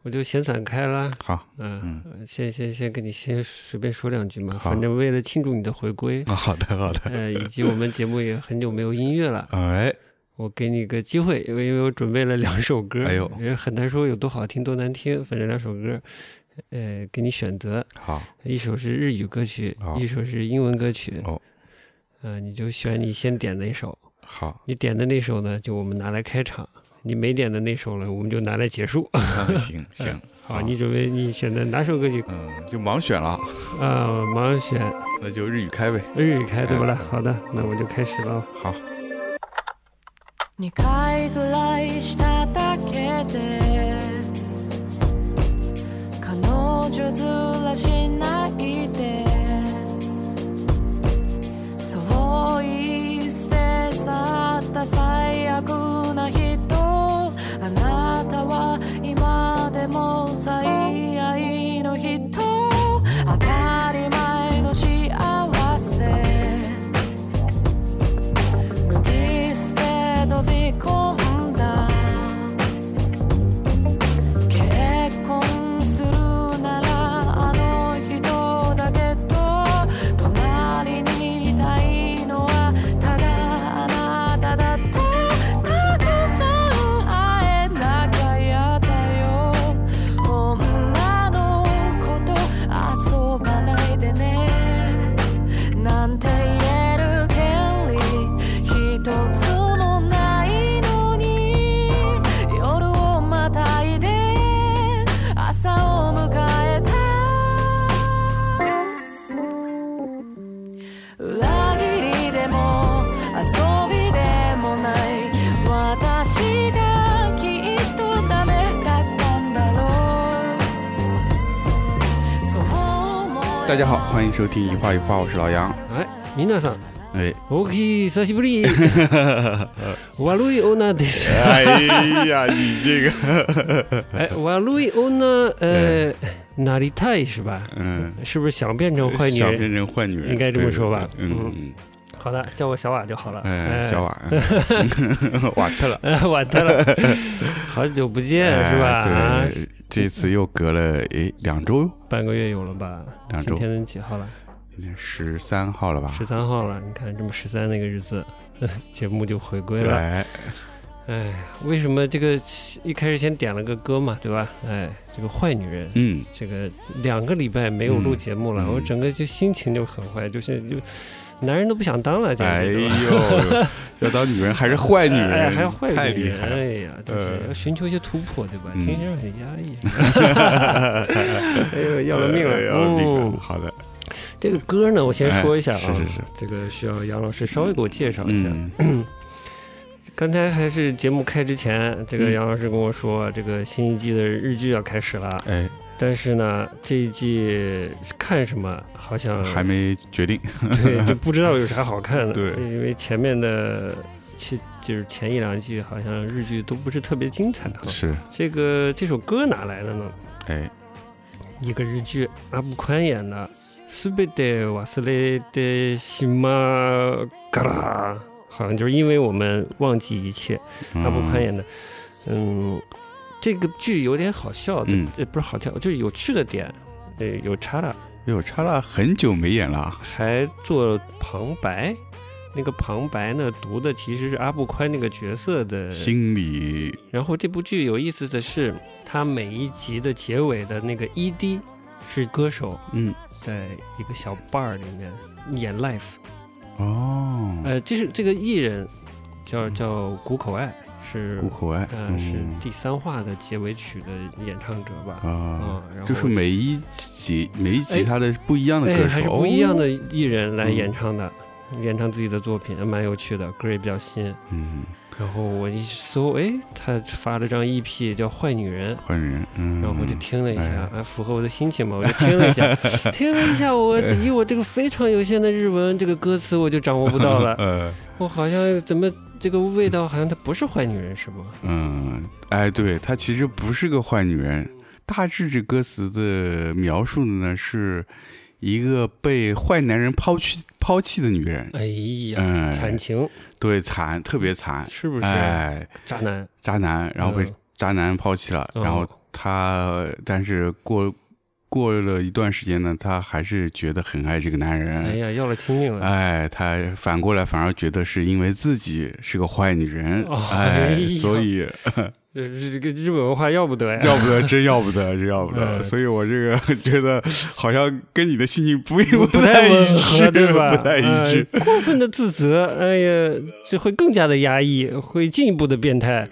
我就闲散开了。 好， 先跟你先随便说两句嘛，反正为了庆祝你的回归。 好的。 以及我们节目也很久没有音乐了。 哎， 我给你个机会，因为我准备了2首歌。 哎呦， 很难说有多好听多难听，反正2首歌，给你选择。 好， 一首是日语歌曲，一首是英文歌曲。你就选你先点那首。 好， 你点的那首呢，就我们拿来开场。你没点的那首呢，我们就拿来结束。 行， 好，你选的哪首歌曲？ 就盲选了盲选， 那就日语开呗。 日语开对不啦？好的，那我就开始了。 好。 2回ぐらいしただけで彼女ずらしないでそう言い捨て去った最悪な人あなたは今でも最愛の人当たり前の幸せ脱ぎ捨て飛び込んだ結婚するならあの人だけど隣にいたいのはただあなただったたくさん会えなきゃやだよ女の子と遊ばないでねなんて言える権利一つもないのに夜をまたいで朝を迎えた裏切りでも遊びでもない私がきっとダメだったんだろうそう思大家好，欢迎收听一话一话，我是老杨。 皆さん。大きい久しぶり。悪い女です。 哎呀，你这个， 悪い女，なりたい是吧？是不是想变成坏女人？ 想变成坏女人， 应该这么说吧？好的，叫我小瓦就好了。 小瓦，瓦特了， 瓦特了，好久不见是吧？ 这次又隔了2周， 半个月有了吧？2周。今天几号了？ 今天13号了吧 ？13号了，你看这么13那个日子，节目就回归了。为什么这个一开始先点了个歌嘛，对吧？这个坏女人，这个2个礼拜没有录节目了，我整个就心情就很坏，就男人都不想当了， 哎呦，要当女人还是坏女人， 还坏女人， 太厉害了！ 哎呀，就是要寻求一些突破，对吧？精神上很压抑，哎呦，要了命了！ 好的。 这个歌呢，我先说一下啊， 是， 这个需要杨老师稍微给我介绍一下。刚才还是节目开之前，这个杨老师跟我说，这个新一季的日剧要开始了。但是呢，这一季看什么好像还没决定， 对，就不知道有啥好看的。 对， 因为前面的就是前1、2季好像日剧都不是特别精彩。 是这首歌哪来的呢？一个日剧，阿部宽演的。全て忘れてしまうから，好像就是因为我们忘记一切。阿部宽演的，这个剧有点好笑的，不是好笑，就是有趣的点，有插了， 很久没演了， 还做旁白。那个旁白呢，读的其实是阿部宽那个角色的心理。 然后这部剧有意思的是，他每一集的结尾的那个 ED 是歌手，在一个小 bar 里面演 live。这个艺人叫谷口爱，是第3话的结尾曲的演唱者吧？然后就是每一集他的不一样的歌手， 还是不一样的艺人来演唱的。演唱自己的作品蛮有趣的，歌也比较新。然后我一搜，他发了张 EP 叫《坏女人》，然后我就听了一下，符合我的心情嘛，我就听了一下，我以我这个非常有限的日文，这个歌词我就掌握不到了。我好像怎么这个味道，好像她不是坏女人，是不？ 对，她其实不是个坏女人。大致这歌词的描述的呢是一个被坏男人抛弃的女人。 哎呀，惨情。 对，特别惨， 是不是？ 渣男，然后被渣男抛弃了，然后但是过了一段时间呢，他还是觉得很爱这个男人。 哎呀，要了亲命了。 哎，他反过来反而觉得是因为自己是个坏女人，所以这个日本文化要不得呀， 要不得，真要不得，真要不得。所以我这个觉得好像跟你的心情不太吻合，对吧？ 不太一致。 过分的自责，哎呀，这会更加的压抑，会进一步的变态，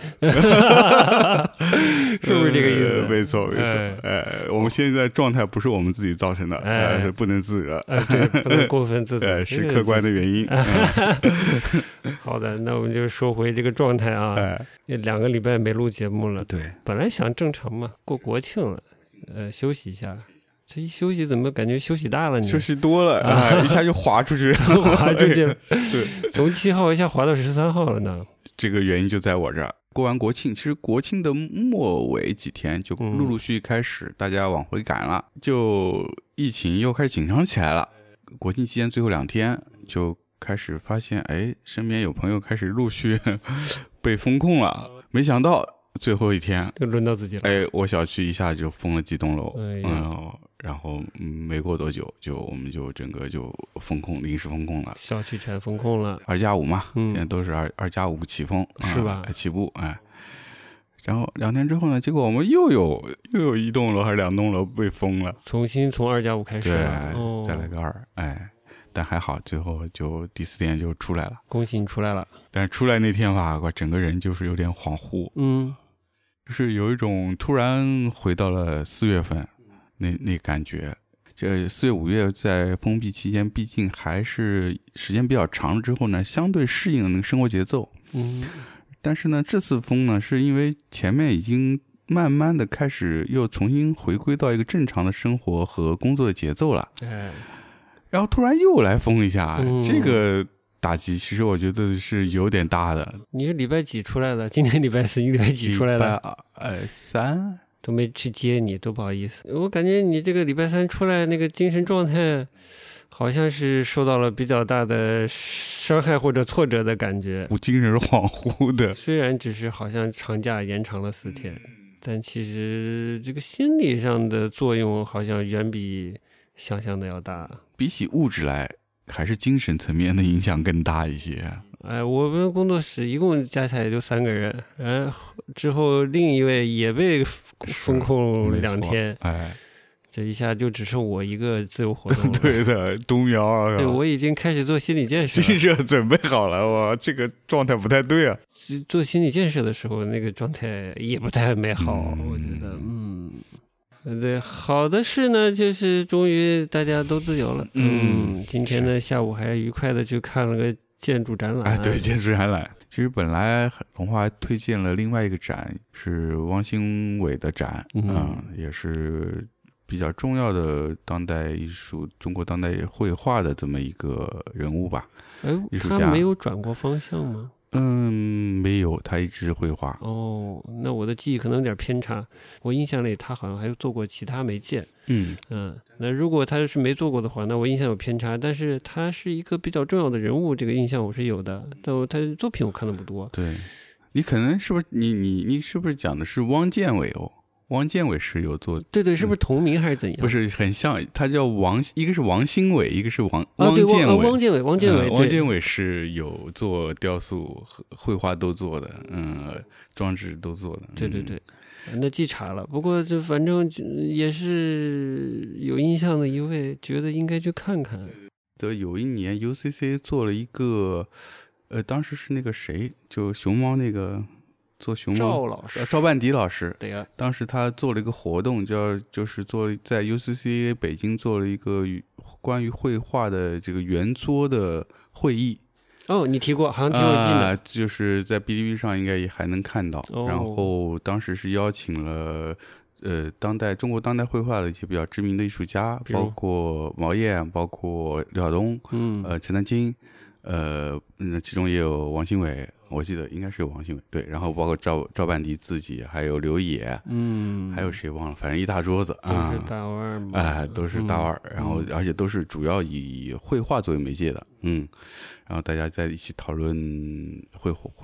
是不是这个意思？ 没错，没错。我们现在状态不是我们自己造成的，是不能自责， 对，不能过分自责， 是客观的原因。 好的，那我们就说回这个状态啊。2个礼拜没录节目了， 对， 本来想正常嘛，过国庆了，休息一下。这一休息怎么感觉休息大了呢？ 休息多了一下就滑出去， 滑出去了。 对， 从7号一下滑到13号了呢。 这个原因就在我这儿。过完国庆，其实国庆的末尾几天就陆陆续续开始大家往回赶了，就疫情又开始紧张起来了。国庆期间最后2天就开始发现，身边有朋友开始陆续被封控了，没想到最后一天就轮到自己了。 我小区一下就封了几栋楼，然后没过多久我们就整个就封控，临时封控了， 小区全封控了 ，2+5嘛，现在都是2+5起封， 是吧？ 起步，然后2天之后呢，结果我们又有1栋楼还是2栋楼被封了， 重新从2+5开始了， 对，再来个2，但还好，最后就第4天就出来了。 恭喜你出来了！ 但是出来那天吧，我整个人就是有点恍惚，就是有一种突然回到了4月份那感觉。这4月5月在封闭期间，毕竟还是时间比较长之后呢，相对适应了那个生活节奏。但是呢，这次封呢，是因为前面已经慢慢的开始又重新回归到一个正常的生活和工作的节奏了。然后突然又来封一下，这个打击其实我觉得是有点大的。 你是礼拜几出来的？今天礼拜4，你礼拜几出来的？ 礼拜3 都没去接你，多不好意思。我感觉你这个礼拜3出来，那个精神状态好像是受到了比较大的伤害或者挫折的感觉。 我精神恍惚的， 虽然只是好像长假延长了4天，但其实这个心理上的作用好像远比想象的要大。 比起物质来，还是精神层面的影响更大一些。 我们工作室一共加起来也就3个人，之后另一位也被封控2天，这一下就只剩我一个自由活动了。 对的，冬苗啊， 对，我已经开始做心理建设了， 精神准备好了，哇，这个状态不太对啊。 做心理建设的时候，那个状态也不太美好，我觉得，对，好的是呢，就是终于大家都自由了。今天呢下午还愉快的去看了个建筑展览。 对，建筑展览。其实本来龙华推荐了另外一个展，是汪兴伟的展，也是比较重要的当代艺术、中国当代绘画的这么一个人物吧。艺术家。 他没有转过方向吗？ 没有，他一直绘画。 那我的记忆可能有点偏差。我印象里他好像还做过其他媒介。那如果他是没做过的话，那我印象有偏差。但是他是一个比较重要的人物，这个印象我是有的。但他的作品我看的不多。 对，你可能是不是你是不是讲的是汪建伟哦？汪建伟是有做， 对，是不是同名还是怎样？ 不是很像，他叫一个是王兴伟，一个是汪建伟。 汪建伟是有做雕塑和绘画都做的，装置都做的。 对，那记岔了。不过这反正也是有印象的一位，觉得应该去看看。 有一年 UCC 做了一个，当时是那个谁，就熊猫那个。做熊猫赵半迪老师， 对呀， 当时他做了一个活动，就是在 UCC 北京做了一个关于绘画的这个圆桌的会议。 你提过，好像挺有劲的， 就是在哔哩哔哩上应该也还能看到。然后当时是邀请了中国当代绘画的一些比较知名的艺术家，包括毛燕，包括刘晓东，陈丹青，其中也有王兴伟。我记得应该是有王兴伟，对，然后包括赵半迪自己，还有刘野，还有谁忘了，反正一大桌子都是大腕嘛， 都是大腕，然后而且都是主要以绘画作为媒介的，然后大家在一起讨论绘画，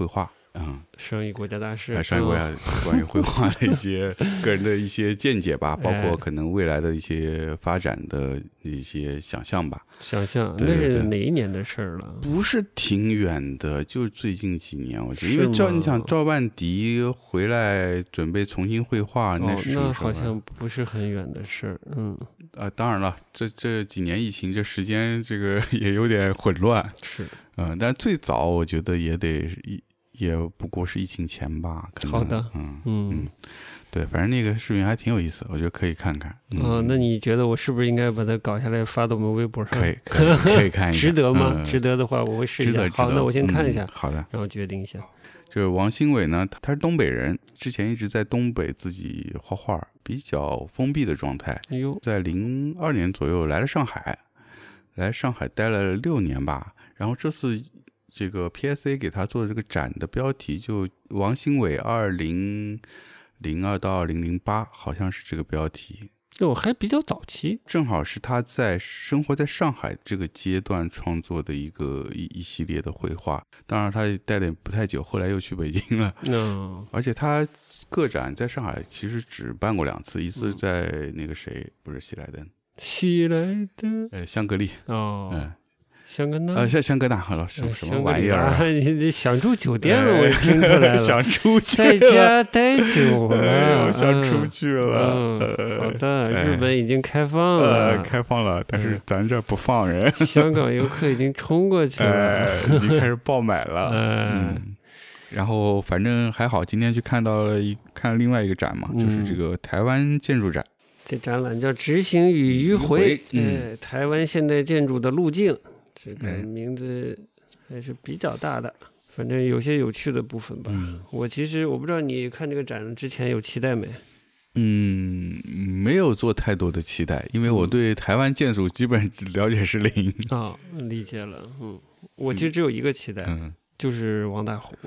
上亿国家大事， 上亿国家关于绘画的一些个人的一些见解吧，包括可能未来的一些发展的一些想象吧。 想象，那是哪一年的事儿了？ 不是挺远的，就最近几年，我觉得，因为你想赵半迪回来准备重新绘画，那是那好像不是很远的事儿。 当然了，这几年疫情，这时间这个也有点混乱。 是， 但最早我觉得也不过是疫情前吧。可能好的， 对，反正那个视频还挺有意思，我觉得可以看看。 那你觉得我是不是应该把它搞下来发到我们微博上？ 可以看一下。 值得吗？值得的话，我会试一下。好，那我先看一下。 好的， 然后决定一下。 就是王兴伟呢，他是东北人，之前一直在东北自己画画，比较封闭的状态。在02年左右来了上海，待了6年吧。然后这次这个 PSA 给他做的这个展的标题就王兴伟2002到2008，好像是这个标题。 还比较早期， 正好是他在生活在上海这个阶段创作的一系列的绘画。当然他待的不太久，后来又去北京了。而且他个展在上海其实只办过2次，一次在那个不是希莱登，香格里香格纳香格纳，好什么玩意儿？ 你想住酒店了，我听出来了。 想出去， 在家待久了， 想出去了。 好的，日本已经开放了， 但是咱这不放人。 香港游客已经冲过去了， 已经开始爆买了。然后反正还好，今天去看了另外一个展嘛，就是这个台湾建筑展。 这展览叫《执行与迂回》，台湾现代建筑的路径。这个名字还是比较大的，反正有些有趣的部分吧。我不知道你看这个展之前有期待没？ 没有做太多的期待，因为我对台湾建筑基本了解是0。 理解了。我其实只有一个期待，就是王大闳。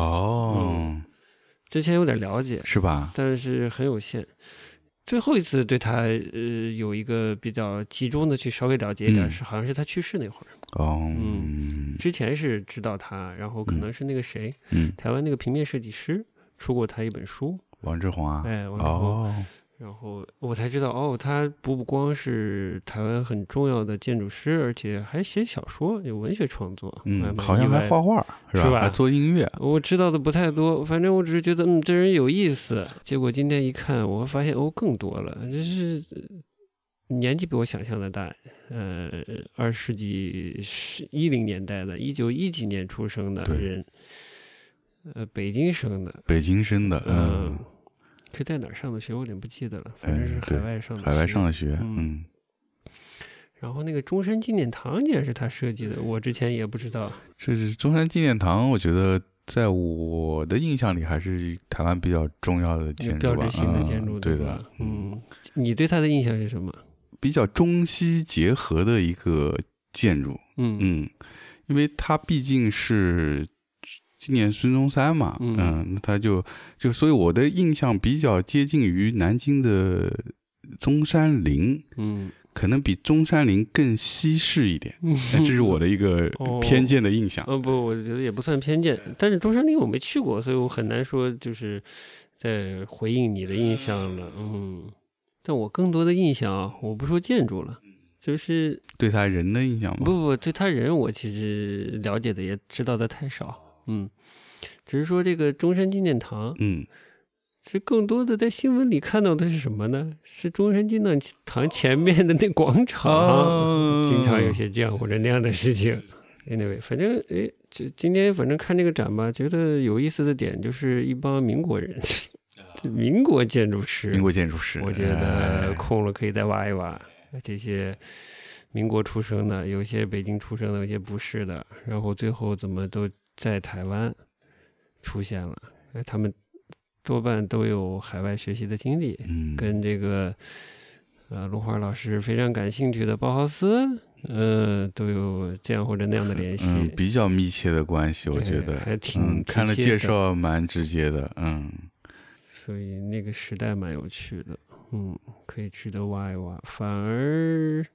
之前有点了解，是吧？但是很有限。最后一次对他有一个比较集中的去稍微了解一点，好像是他去世那会儿。之前是知道他，然后可能是那个谁，台湾那个平面设计师出过他一本书， 王志宏啊。 王志宏。然后我才知道，他不光是台湾很重要的建筑师，而且还写小说，有文学创作。 好像还画画，是吧？还做音乐。 我知道的不太多，反正我只是觉得，这人有意思。结果今天一看，我发现更多了，就是年纪比我想象的大。20世纪10年代的，1910几年出生的人，北京生的。是在哪儿上的学？我有点不记得了，反正是海外上的学。然后那个中山纪念堂竟然是他设计的，我之前也不知道。 这是中山纪念堂，我觉得在我的印象里还是台湾比较重要的建筑吧， 标志性的建筑， 对的。 你对他的印象是什么？ 比较中西结合的一个建筑。因为它毕竟是纪念孙中山嘛，那他就所以我的印象比较接近于南京的中山陵，可能比中山陵更西式一点，这是我的一个偏见的印象。 不，我觉得也不算偏见，但是中山陵我没去过，所以我很难说就是在回应你的印象了。但我更多的印象我不说建筑了，就是对他人的印象吗？ 不，对他人我其实了解的也知道的太少。只是说这个中山纪念堂，是更多的在新闻里看到的是什么呢？是中山纪念堂前面的那广场，经常有些这样或者那样的事情。Anyway， 反正就今天反正看这个展吧，觉得有意思的点就是一帮民国人，民国建筑师，我觉得空了可以再挖一挖这些。民国出生的，有些北京出生的，有些不是的，然后最后怎么都在台湾出现了，他们多半都有海外学习的经历，跟这个龙华老师非常感兴趣的包豪斯，都有这样或者那样的联系， 比较密切的关系，我觉得还挺看了介绍蛮直接的， 所以那个时代蛮有趣的，可以值得挖一挖。反而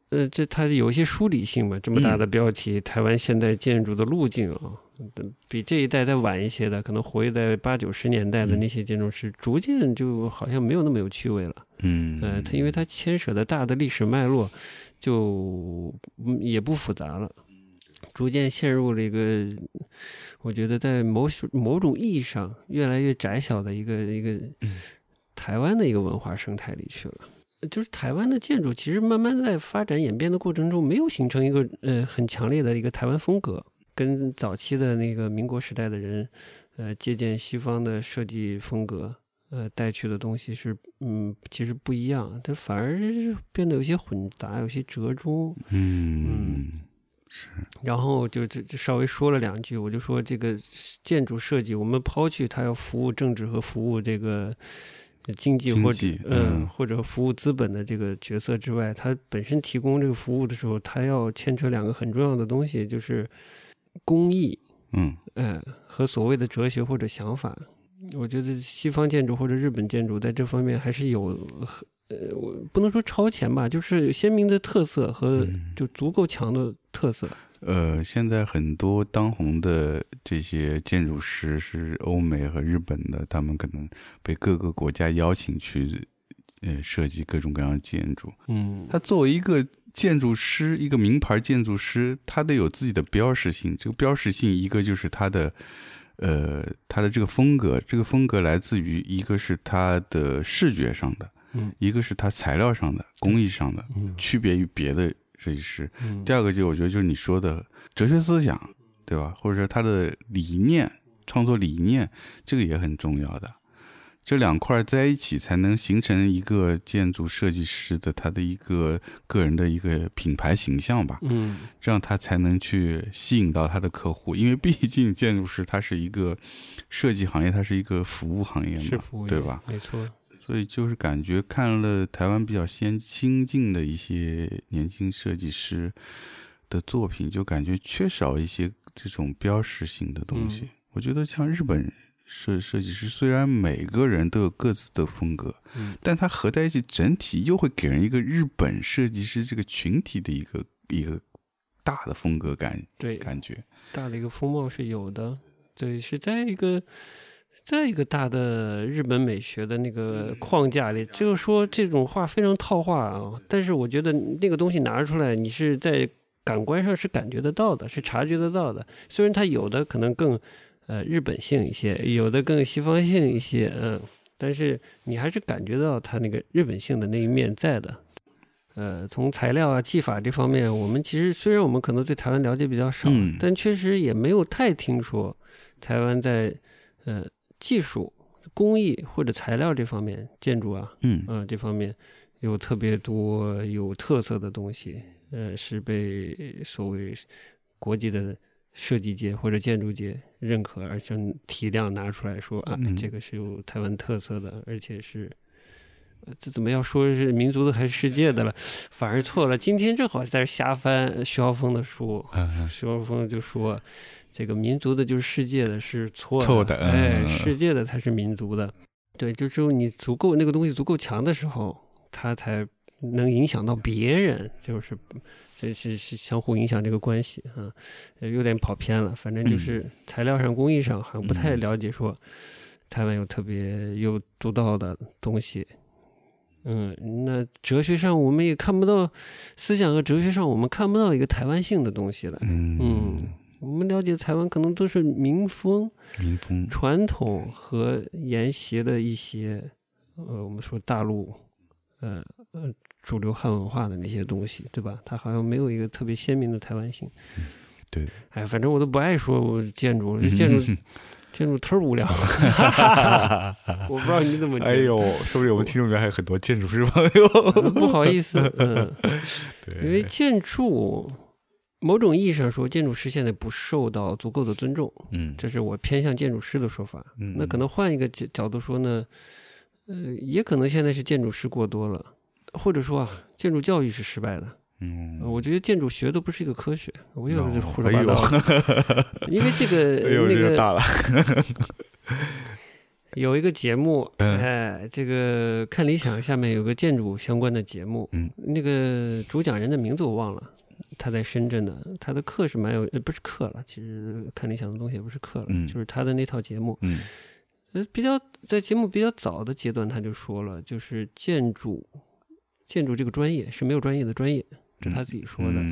这它有一些梳理性嘛，这么大的标题，台湾现代建筑的路径啊，比这一代再晚一些的，可能活跃在80、90年代的那些建筑师，逐渐就好像没有那么有趣味了。它因为它牵扯的大的历史脉络，就也不复杂了，逐渐陷入了一个，我觉得在某种意义上越来越窄小的一个台湾的一个文化生态里去了。就是台湾的建筑其实慢慢在发展演变的过程中，没有形成一个很强烈的一个台湾风格，跟早期的那个民国时代的人借鉴西方的设计风格带去的东西是其实不一样，它反而变得有些混杂，有些折中。 是。 然后就稍微说了2句，我就说这个建筑设计，我们抛去它要服务政治和服务这个经济或者服务资本的这个角色之外，它本身提供这个服务的时候，它要牵扯2个很重要的东西，就是工艺，和所谓的哲学或者想法。我觉得西方建筑或者日本建筑在这方面还是有我不能说超前吧，就是鲜明的特色和就足够强的特色。 现在很多当红的这些建筑师是欧美和日本的，他们可能被各个国家邀请去设计各种各样的建筑。他作为一个建筑师，一个名牌建筑师，他得有自己的标识性。这个标识性，一个就是他的这个风格，这个风格来自于一个是他的视觉上的，一个是他材料上的、工艺上的，区别于别的设计师。第二个我觉得就是你说的哲学思想，对吧？或者说他的理念、创作理念，这个也很重要的。这2块在一起才能形成一个建筑设计师的他的一个个人的一个品牌形象吧。这样他才能去吸引到他的客户，因为毕竟建筑师他是一个设计行业，他是一个服务行业嘛， 是服务业， 对吧？ 没错。 所以就是感觉看了台湾比较新进的一些年轻设计师的作品，就感觉缺少一些这种标识性的东西。我觉得像日本设计师，虽然每个人都有各自的风格，但它合在一起，整体又会给人一个日本设计师这个群体的一个大的风格感觉， 大的一个风貌是有的。对，是在一个大的日本美学的那个框架里，就是说这种话非常套话啊，但是我觉得那个东西拿出来，你是在感官上是感觉得到的，是察觉得到的。虽然它有的可能更日本性一些，有的更西方性一些，但是你还是感觉到它那个日本性的那一面在的。从材料啊、技法这方面，我们其实虽然我们可能对台湾了解比较少，但确实也没有太听说台湾在技术、工艺或者材料这方面，建筑啊，这方面有特别多有特色的东西，是被所谓国际的设计界或者建筑界认可，而且体量拿出来说啊，这个是有台湾特色的，而且是这怎么要说是民族的还是世界的了，反而错了。今天正好在这瞎翻徐浩峰的书，徐浩峰就说这个民族的就是世界的是错的，世界的才是民族的。对，就只有你足够那个东西足够强的时候，它才能影响到别人，就是这是相互影响这个关系啊，有点跑偏了。反正就是材料上、工艺上好像不太了解，说台湾有特别有独到的东西。那哲学上我们也看不到，思想和哲学上我们看不到一个台湾性的东西了。我们了解台湾可能都是民风传统和沿袭了一些我们说大陆主流汉文化的那些东西，对吧？它好像没有一个特别鲜明的台湾性。 对， 反正我都不爱说建筑，建筑忒无聊了。我不知道你怎么觉得。 哎呦，说不定我们听众里面还有很多建筑师朋友。 不好意思，因为建筑某种意义上说，建筑师现在不受到足够的尊重。这是我偏向建筑师的说法。那可能换一个角度说呢，也可能现在是建筑师过多了，或者说建筑教育是失败的。我觉得建筑学都不是一个科学，我又是胡说八道。因为这个那个大了。 有一个节目，这个看理想下面有个建筑相关的节目，那个主讲人的名字我忘了，他在深圳的，他的课是蛮有，不是课了，其实看理想的东西也不是课了，就是他的那套节目，在节目比较早的阶段他就说了，就是建筑这个专业是没有专业的专业，这他自己说的，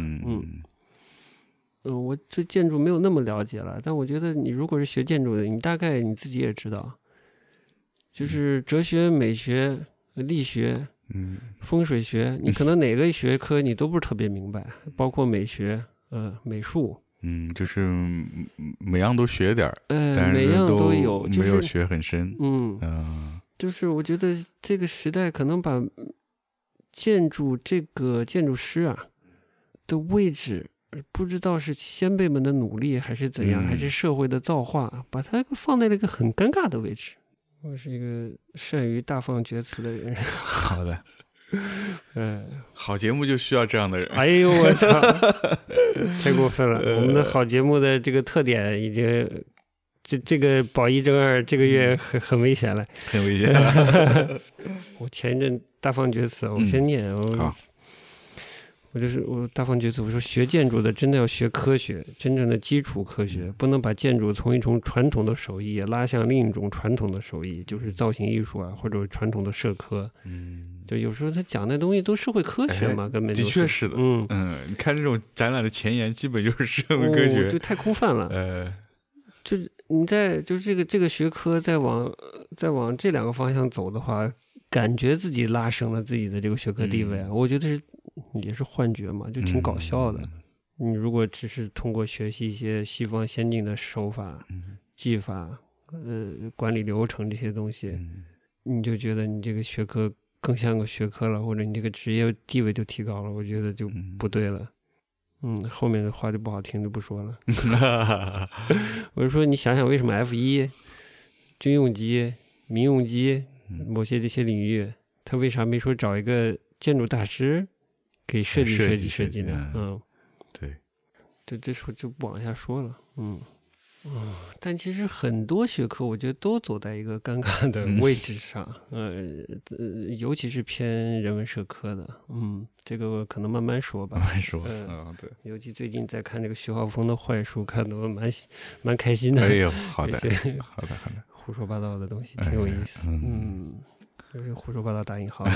我对建筑没有那么了解了，但我觉得你如果是学建筑的，你大概你自己也知道，就是哲学、美学、力学、风水学，你可能哪个学科你都不是特别明白，包括美学、美术， 就是每样都学点但是每样都有， 没有学很深， 就是我觉得这个时代可能把建筑这个建筑师啊的位置。不知道是先辈们的努力还是怎样，还是社会的造化，把它放在了一个很尴尬的位置。我是一个善于大放厥词的人。 好的，好节目就需要这样的人。 哎呦我操，太过分了！我们的好节目的这个特点已经，这个保一争二，这个月很危险了， 很危险了。 我前一阵大放厥词，我先念。 好。 我大放厥词，我说学建筑的真的要学科学，真正的基础科学，不能把建筑从一种传统的手艺拉向另一种传统的手艺，就是造型艺术啊，或者传统的社科。就有时候他讲的东西都社会科学嘛，根本的确是的。你看这种展览的前言，基本就是社会科学， 就太空泛了。就是你就是这个学科再往这两个方向走的话，感觉自己拉升了自己的这个学科地位，我觉得也是幻觉嘛，就挺搞笑的。你如果只是通过学习一些西方先进的手法、技法、管理流程这些东西，你就觉得你这个学科更像个学科了，或者你这个职业地位就提高了，我觉得就不对了。后面的话就不好听，就不说了。我就说你想想，为什么 F1、军用机、民用机某些这些领域，他为啥没说找一个建筑大师给设计呢？对，这时候就不往下说了。但其实很多学科我觉得都走在一个尴尬的位置上，尤其是偏人文社科的，这个可能慢慢说吧。 慢慢说，对。 尤其最近在看这个徐浩峰的坏书，看得我蛮开心的。 哎呦，好的，好的， 胡说八道的东西挺有意思。胡说八道打引号。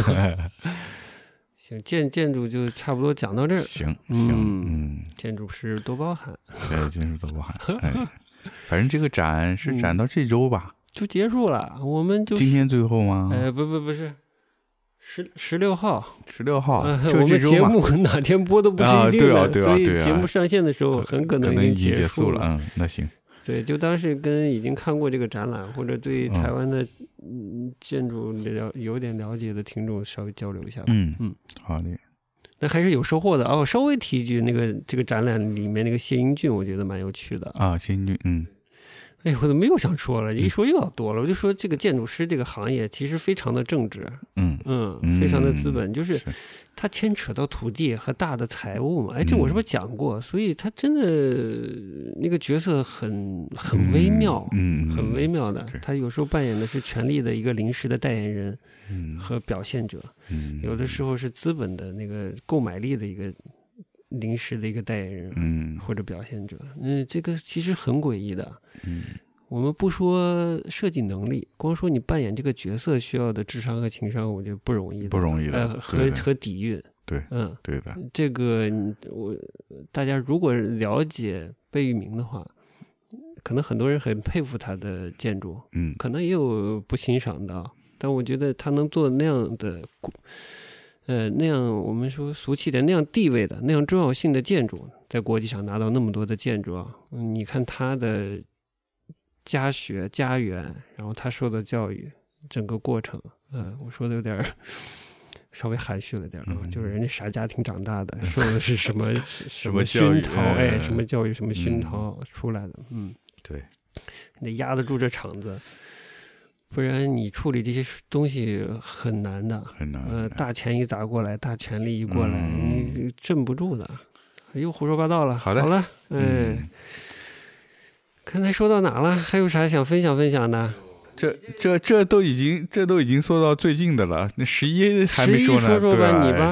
行，建筑就差不多讲到这儿。 行， 建筑师多包涵。 对，建筑多包涵。反正这个展是展到这周吧， 就结束了。我们就今天最后吗？ 不是，16号。 16号， 我们节目哪天播都不是一定的，所以节目上线的时候很可能已经结束了。那行。 对，就当是跟已经看过这个展览或者对台湾的建筑有点了解的听众稍微交流一下吧。 好嘞。 那还是有收获的我稍微提一句，这个展览里面那个谢英俊，我觉得蛮有趣的啊。谢英俊， 哎，我都没有想说了，一说又要多了。我就说这个建筑师这个行业其实非常的正直，非常的资本，就是它牵扯到土地和大的财务嘛。这我是不是讲过？所以他真的那个角色很微妙，很微妙的。他有时候扮演的是权力的一个临时的代言人和表现者，有的时候是资本的那个购买力的一个临时的一个代言人，或者表现者，这个其实很诡异的。我们不说设计能力，光说你扮演这个角色需要的智商和情商，我觉得不容易的，和底蕴。 对，对的。 这个大家如果了解贝聿铭的话，可能很多人很佩服他的建筑，可能也有不欣赏的，但我觉得他能做那样的。那样我们说俗气的那样地位的那样重要性的建筑，在国际上拿到那么多的建筑你看他的家学家园，然后他受的教育整个过程，我说的有点稍微含蓄了点就是人家啥家庭长大的，受的是什么什么熏陶，什么教育什么熏陶出来的， 对， 你得压得住这场子。不然你处理这些东西很难的， 很难。 大钱一砸过来，大权力一过来，你镇不住的。又胡说八道了。好了，刚才说到哪了？还有啥想分享的？ 这都已经说到最近的了，那11还没说呢， 对吧？你吧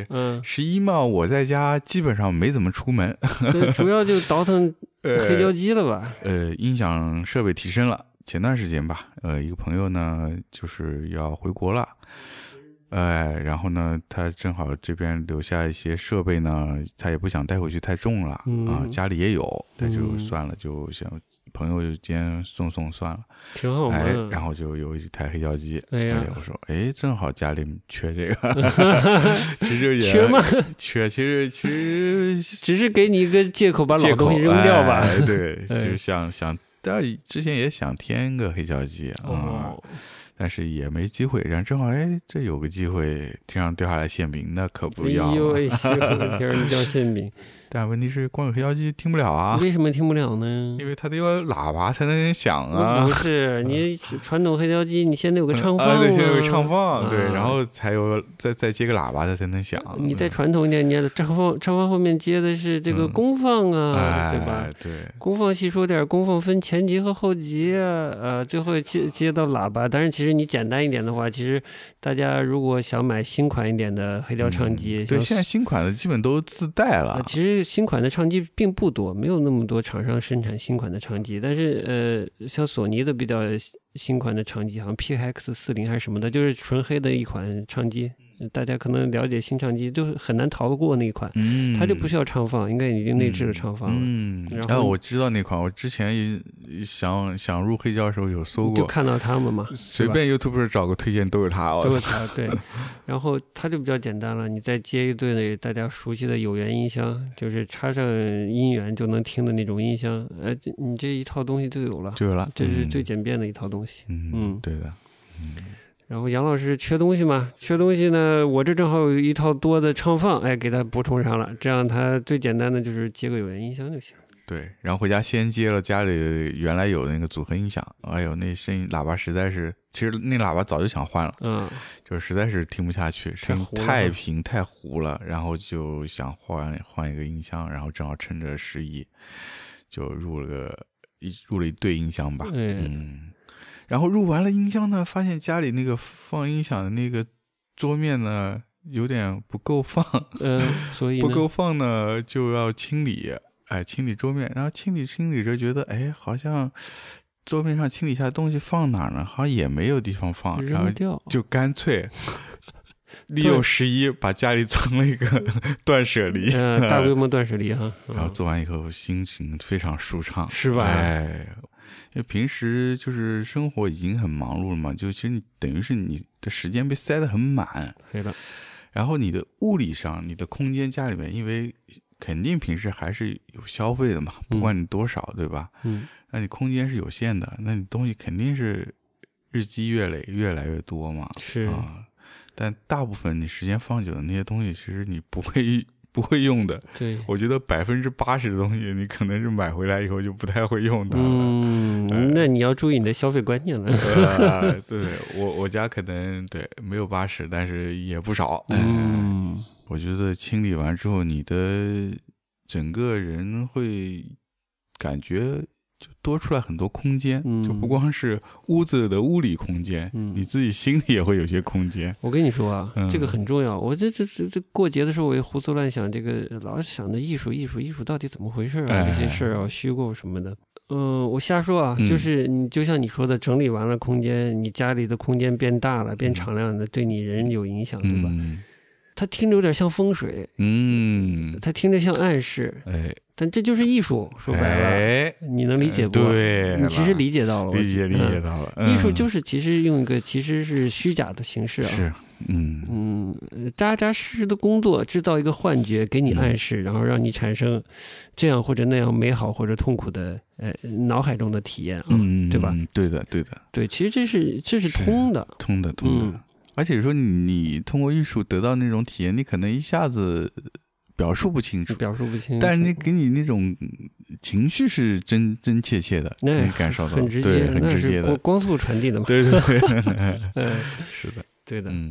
，11嘛，我在家基本上没怎么出门， 对，主要就倒腾黑胶机了吧？ 音响设备提升了，前段时间吧，一个朋友呢就是要回国了。然后呢，他正好这边留下一些设备呢，他也不想带回去太重了家里也有，他就算了，就想朋友间送算了， 挺好嘛。 然后就有一台黑胶机，我说正好家里缺这个，其实也缺吗？ 缺，其实只是给你一个借口把老东西扔掉吧。 对，就是想，但之前也想添个黑胶机但是也没机会，然后正好这有个机会，天上掉下来馅饼，那可不要了。 天上掉馅饼。 但问题是光有黑胶机听不了啊。 为什么听不了呢？ 因为它得有喇叭才能响啊。 不是，你传统黑胶机你先得有个唱放对，先有个唱放，对，然后才有再接个喇叭它才能响。 你再传统一点，你唱放后面接的是这个功放啊，对吧？ 对， 功放细说点，功放分前级和后级啊，最后接到喇叭。当然，其实你简单一点的话，其实大家如果想买新款一点的黑胶唱机， 对，现在新款的基本都自带了。 其实新款的唱机并不多，没有那么多厂商生产新款的唱机，但是像索尼的比较新款的唱机，好像 PX40还是什么的，就是纯黑的一款唱机。大家可能了解新唱机就很难逃得过那一款，它就不需要唱放，应该已经内置了唱放了。 然后我知道那款，我之前也想入黑胶的时候有搜过， 就看到他们嘛， 随便 YouTube 找个推荐都是它， 对。然后它就比较简单了，你再接一对大家熟悉的有源音箱，就是插上音源就能听的那种音箱，你这一套东西就有了，这是最简便的一套东西。 对的， 然后杨老师缺东西嘛？缺东西呢，我这正好有一套多的唱放，给他补充上了。这样他最简单的就是接个有源音箱就行。 对，然后回家先接了家里原来有的那个组合音响，那声音喇叭实在是，其实那喇叭早就想换了，就是实在是听不下去，声音太平太糊了，然后就想换一个音箱，然后正好趁着11就入了一对音箱吧，然后入完了音箱呢，发现家里那个放音响的那个桌面呢有点不够放， 所以不够放呢就要清理，清理桌面，然后清理着觉得，好像桌面上清理下的东西放哪儿呢？好像也没有地方放，然后就干脆利用11把家里做了一个断舍离， 大规模断舍离哈。 然后做完以后心情非常舒畅， 是吧？ 因为平时就是生活已经很忙碌了嘛，就其实你等于是你的时间被塞得很满， 对的。 然后你的物理上，你的空间家里面，因为肯定平时还是有消费的嘛，不管你多少，对吧？那你空间是有限的，那你东西肯定是日积月累，越来越多嘛。 是但大部分你时间放久的那些东西，其实你不会用的。 对， 我觉得80%的东西你可能是买回来以后就不太会用它了。 那你要注意你的消费观念了。 对，我家可能没有80%，但是也不少。我觉得清理完之后，你的整个人会感觉就多出来很多空间，就不光是屋子的物理空间，你自己心里也会有些空间。 我跟你说啊，这个很重要。我这过节的时候，我也胡思乱想，这个老想着艺术到底怎么回事啊？这些事儿啊，虚构什么的。我瞎说啊，就是你就像你说的，整理完了空间，你家里的空间变大了，变敞亮的，对你人有影响，对吧？它听着有点像风水，它听着像暗示，但这就是艺术，说白了，你能理解不？ 对， 你其实理解到了， 理解到了。 艺术就是其实用一个其实是虚假的形式啊， 是， 扎扎实实的工作，制造一个幻觉，给你暗示，然后让你产生这样或者那样美好或者痛苦的脑海中的体验啊，对吧？ 对的， 对，其实这是通的。 而且说你通过艺术得到那种体验，你可能一下子表述不清楚，但是你给你那种情绪是真切切的，你感受到很直接， 很直接的光速传递的嘛。 对，是的， 对的，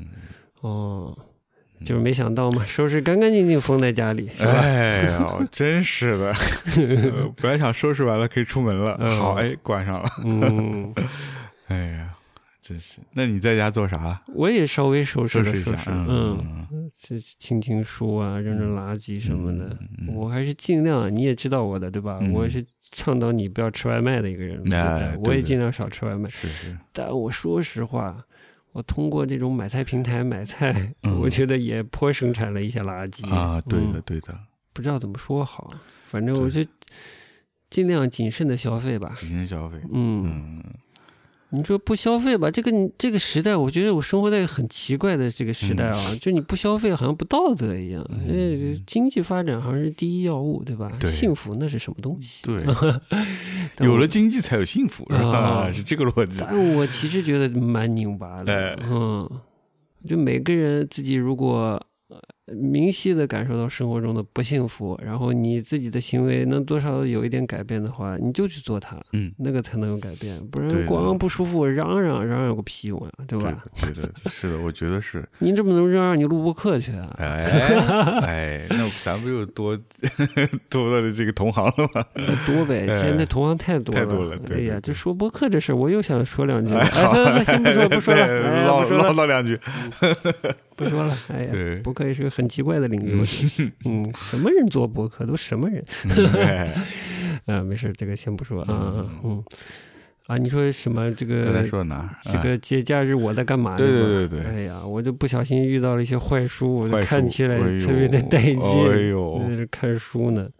就是没想到嘛，收拾干干净净封在家里，是吧？ 真是的，本来想收拾完了可以出门了，好，关上了。 哎呀，真是。那你在家做啥？ 我也稍微收拾一下， 这清清书啊，扔扔垃圾什么的，我还是尽量。你也知道我的对吧？我是倡导你不要吃外卖的一个人，我也尽量少吃外卖。 是。 但我说实话，我通过这种买菜平台买菜，我觉得也颇生产了一些垃圾啊。对的， 不知道怎么说好，反正我就尽量谨慎的消费吧。 谨慎消费， 你说不消费吧，这个时代，我觉得我生活在一个很奇怪的这个时代啊，就你不消费好像不道德一样。经济发展好像是第一要务，对吧？ 对， 幸福那是什么东西？ 对，有了经济才有幸福，是吧？是这个逻辑。 但我其实觉得蛮拧巴的，就每个人自己如果明晰的感受到生活中的不幸福，然后你自己的行为能多少有一点改变的话，你就去做它，那个才能有改变。不然光不舒服嚷嚷有个屁用啊，对吧？ 对的，是的，我觉得是。 您这么能嚷嚷，你录播客去啊？ 那咱不又多了这个同行了吗？ 多呗，现在同行太多了。 哎呀，这说播客这事，我又想说两句。算，先不说了， 唠叨两句。 不说了，哎呀，播客也是个很奇怪的领域。什么人做播客？都什么人？没事，这个先不说啊。你说什么？这个刚才说哪？ 这个节假日我在干嘛？ 对。 哎呀，我就不小心遇到了一些坏书，我就看起来特别的带劲。在这看书呢，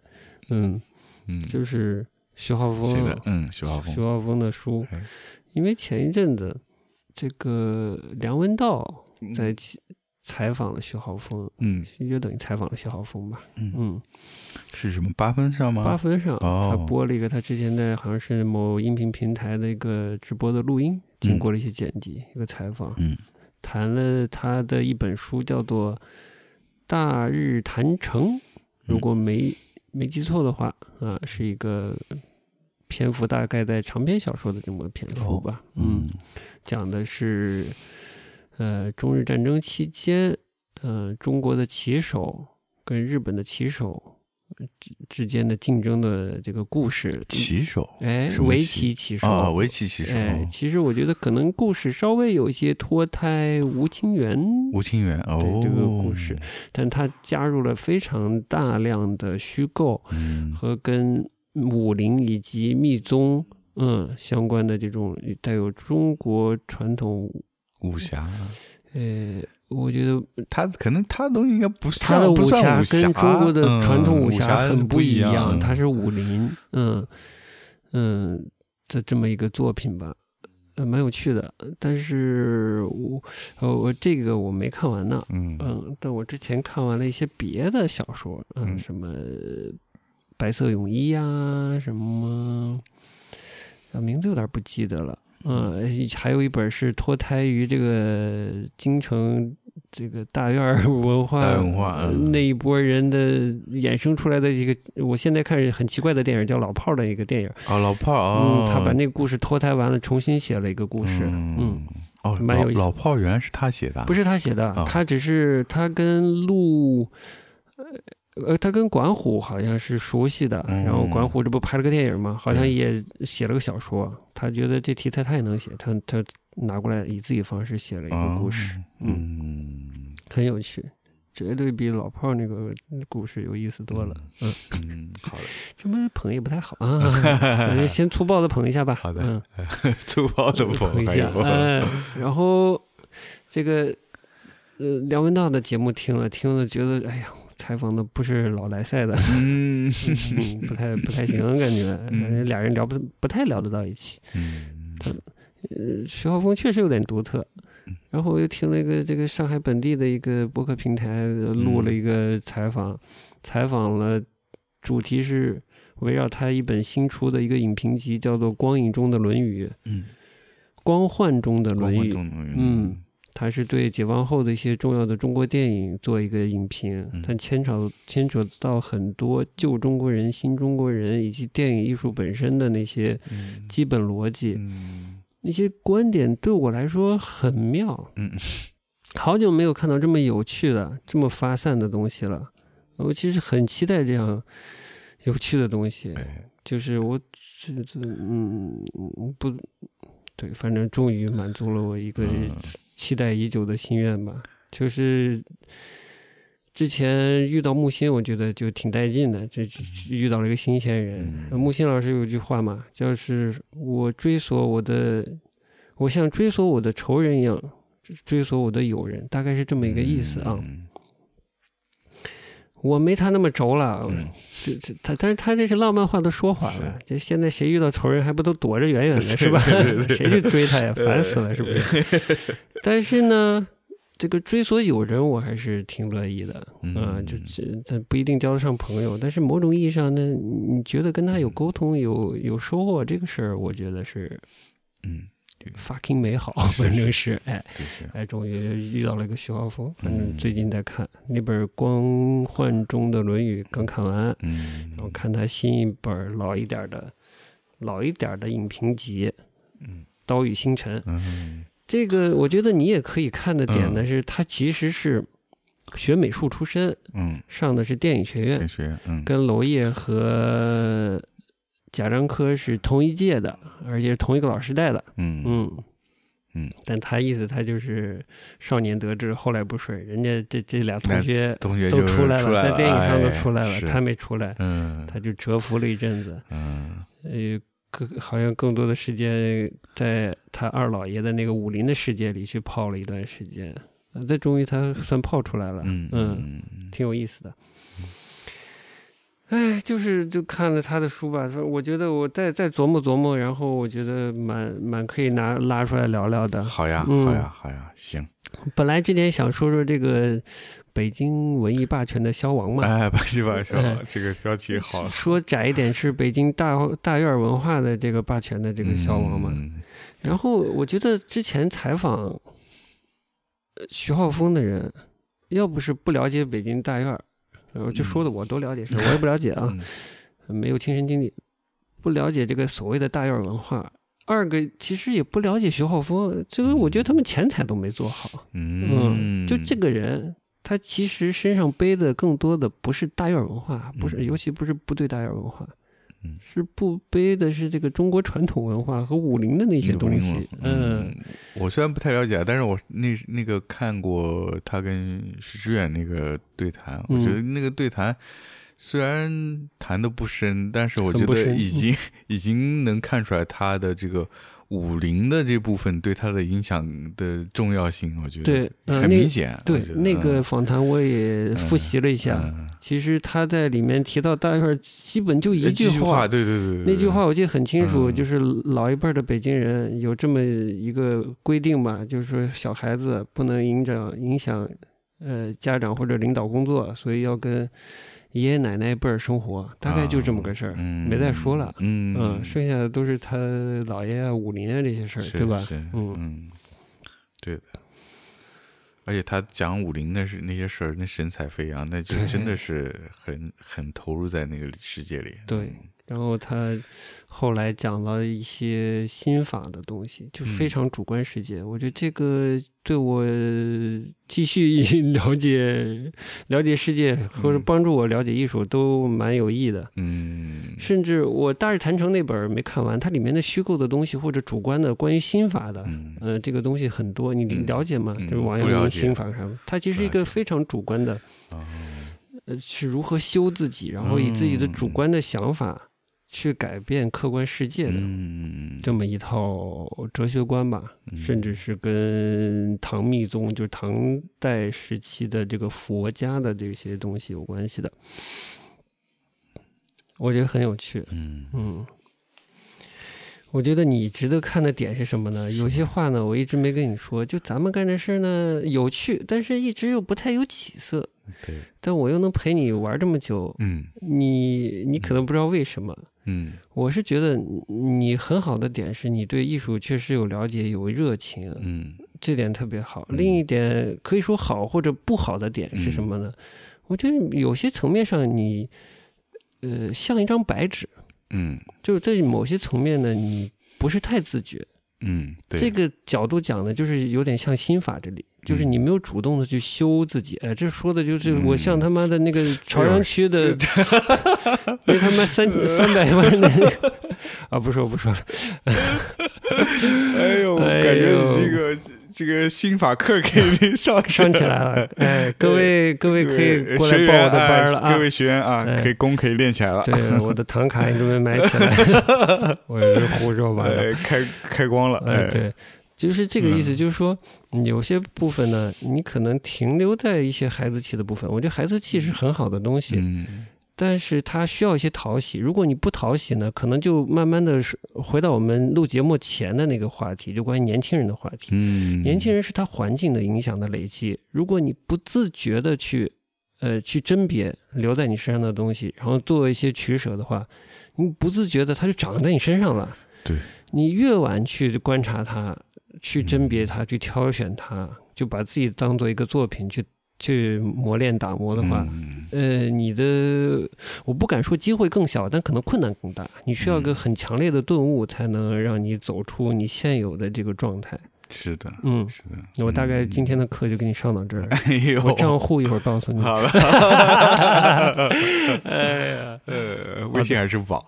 就是徐浩峰，徐浩峰的书，因为前一阵子这个梁文道在采访了徐浩峰，约等于采访了徐浩峰吧， 是什么8分上吗？ 8分上，他播了一个他之前的好像是某音频平台的一个直播的录音，经过了一些剪辑，一个采访，谈了他的一本书叫做《大日谈成》，如果没记错的话是一个篇幅大概在长篇小说的这么篇幅吧，讲的是中日战争期间，中国的棋手跟日本的棋手之间的竞争的这个故事。 棋手， 是围棋棋手。 围棋棋手。 其实我觉得可能故事稍微有一些脱胎吴清源对这个故事，但他加入了非常大量的虚构和跟武林以及密宗相关的这种带有中国传统武侠， 我觉得他可能他都应该不他的武侠跟中国的传统武侠很不一样，他是武林，这么一个作品吧，蛮有趣的。但是我这个我没看完呢，但我之前看完了一些别的小说，什么白色泳衣啊，什么名字有点不记得了。还有一本是脱胎于这个京城这个大院文化那一波人的衍生出来的一个，我现在看是很奇怪的电影，叫老炮的一个电影。 老炮他把那个故事脱胎完了，重新写了一个故事。蛮有意思。 老炮原来是他写的？ 不是他写的，他只是他跟他跟管虎好像是熟悉的，然后管虎这不拍了个电影吗？好像也写了个小说。他觉得这题材他也能写，他拿过来以自己方式写了一个故事，很有趣，绝对比老炮那个故事有意思多了。 好的， 这么捧也不太好啊，先粗暴的捧一下吧。 好的，粗暴的捧一下。然后这个梁文道的节目听了觉得，哎呀。采访的不是老来赛的，不太行，感觉俩人不太聊得到一起。徐浩峰确实有点独特。然后我又听了一个这个上海本地的一个播客平台录了一个采访了，主题是围绕他一本新出的一个影评集，叫做《光影中的论语》。光幻中的论语。他是对解放后的一些重要的中国电影做一个影评，但牵扯到很多旧中国人、新中国人以及电影艺术本身的那些基本逻辑，那些观点对我来说很妙。好久没有看到这么有趣的、这么发散的东西了。我其实很期待这样有趣的东西，就是我不。 对，反正终于满足了我一个期待已久的心愿吧。就是之前遇到木心，我觉得就挺带劲的，这遇到了一个新鲜人。木心老师有句话嘛，就是我像追索我的仇人一样追索我的友人，大概是这么一个意思啊。我没他那么轴了，但是他这是浪漫化的说法了。这现在谁遇到仇人还不都躲着远远的，是吧？谁去追他呀？烦死了，是不是？但是呢，这个追索友人我还是挺乐意的啊，他不一定交得上朋友，但是某种意义上呢，你觉得跟他有沟通、有收获，这个事儿，我觉得是fucking 美好，反正是终于遇到了一个徐浩峰。反正最近在看那本《光幻中的论语》，刚看完，然后看他新一本老一点的影评集，刀与星辰。这个我觉得你也可以看的点呢，是他其实是学美术出身，上的是电影学院，跟娄烨和贾樟柯是同一届的，而且是同一个老师带的。但他意思他就是少年得志，后来不顺，人家这俩同学都出来了，在电影上都出来了，他没出来，他就蛰伏了一阵子。好像更多的时间在他二老爷的那个武林的世界里去泡了一段时间，这终于他算泡出来了。挺有意思的。就看了他的书吧，我觉得我再琢磨琢磨，然后我觉得蛮可以拉出来聊聊的。 好呀，行。 本来之前想说说这个北京文艺霸权的消亡嘛， 北京霸权，这个标题好。 说窄一点是北京大院文化的这个霸权的这个消亡嘛。然后我觉得之前采访徐浩峰的人，要不是不了解北京大院，就说的我都了解，我也不了解啊，没有亲身经历，不了解这个所谓的大院文化。二个其实也不了解徐浩峰，这个我觉得他们前台都没做好。就这个人，他其实身上背的更多的不是大院文化，不是，尤其不是部队大院文化，是背的是这个中国传统文化和武林的那些东西。 我虽然不太了解，但是我那个看过他跟许知远那个对谈，我觉得那个对谈虽然谈的不深，但是我觉得已经能看出来他的这个武林的这部分对他的影响的重要性，我觉得很明显。 对，那个访谈我也复习了一下，其实他在里面提到大院基本就一句话， 对， 那句话我记得很清楚，就是老一辈的北京人有这么一个规定嘛，就是说小孩子不能影响家长或者领导工作，所以要跟爷爷奶奶辈儿生活，大概就这么个事儿，没再说了。剩下的都是他姥爷啊、武林啊这些事儿，对吧？ 对的。而且他讲武林的是那些事儿，那神采飞扬，那就真的是很投入在那个世界里。 对。然后他后来讲了一些心法的东西，就非常主观世界。我觉得这个对我继续了解世界，或者帮助我了解艺术都蛮有益的。甚至我《大日坛城》那本没看完，它里面的虚构的东西或者主观的关于心法的，这个东西很多，你了解吗？就是王阳明心法上，它其实一个非常主观的，是如何修自己，然后以自己的主观的想法去改变客观世界的这么一套哲学观吧，甚至是跟唐密宗，就是唐代时期的这个佛家的这些东西有关系的，我觉得很有趣。我觉得你值得看的点是什么呢？有些话呢，我一直没跟你说，就咱们干这事呢有趣，但是一直又不太有起色。 对， 但我又能陪你玩这么久，你可能不知道为什么。我是觉得你很好的点是你对艺术确实有了解，有热情，这点特别好。另一点可以说好或者不好的点是什么呢？我觉得有些层面上你像一张白纸，就是在某些层面呢你不是太自觉。 对， 这个角度讲呢，就是有点像心法这里，就是你没有主动的去修自己。这说的就是我像他妈的那个朝阳区的，那他妈300万的那个不说了。 哎呦，感觉这个心法课可以上起来了。哎，各位可以过来报我的班了啊！ 各位学员啊，可以练起来了。 对，我的唐卡你准备买起来，我也是胡说八道， 开光了。 对。就是这个意思，就是说，有些部分呢，你可能停留在一些孩子气的部分。我觉得孩子气是很好的东西，但是它需要一些讨喜。如果你不讨喜呢，可能就慢慢的回到我们录节目前的那个话题，就关于年轻人的话题。年轻人是他环境的影响的累积。如果你不自觉的去甄别留在你身上的东西，然后做一些取舍的话，你不自觉的它就长在你身上了。 对，你越晚去观察它，去甄别它，去挑选它，就把自己当做一个作品去磨练打磨的话，你的我不敢说机会更小，但可能困难更大。你需要一个很强烈的顿悟，才能让你走出你现有的这个状态。 是的， 是的。我大概今天的课就给你上到这儿。我账户一会儿告诉你。 好了。哎呀，微信还是宝。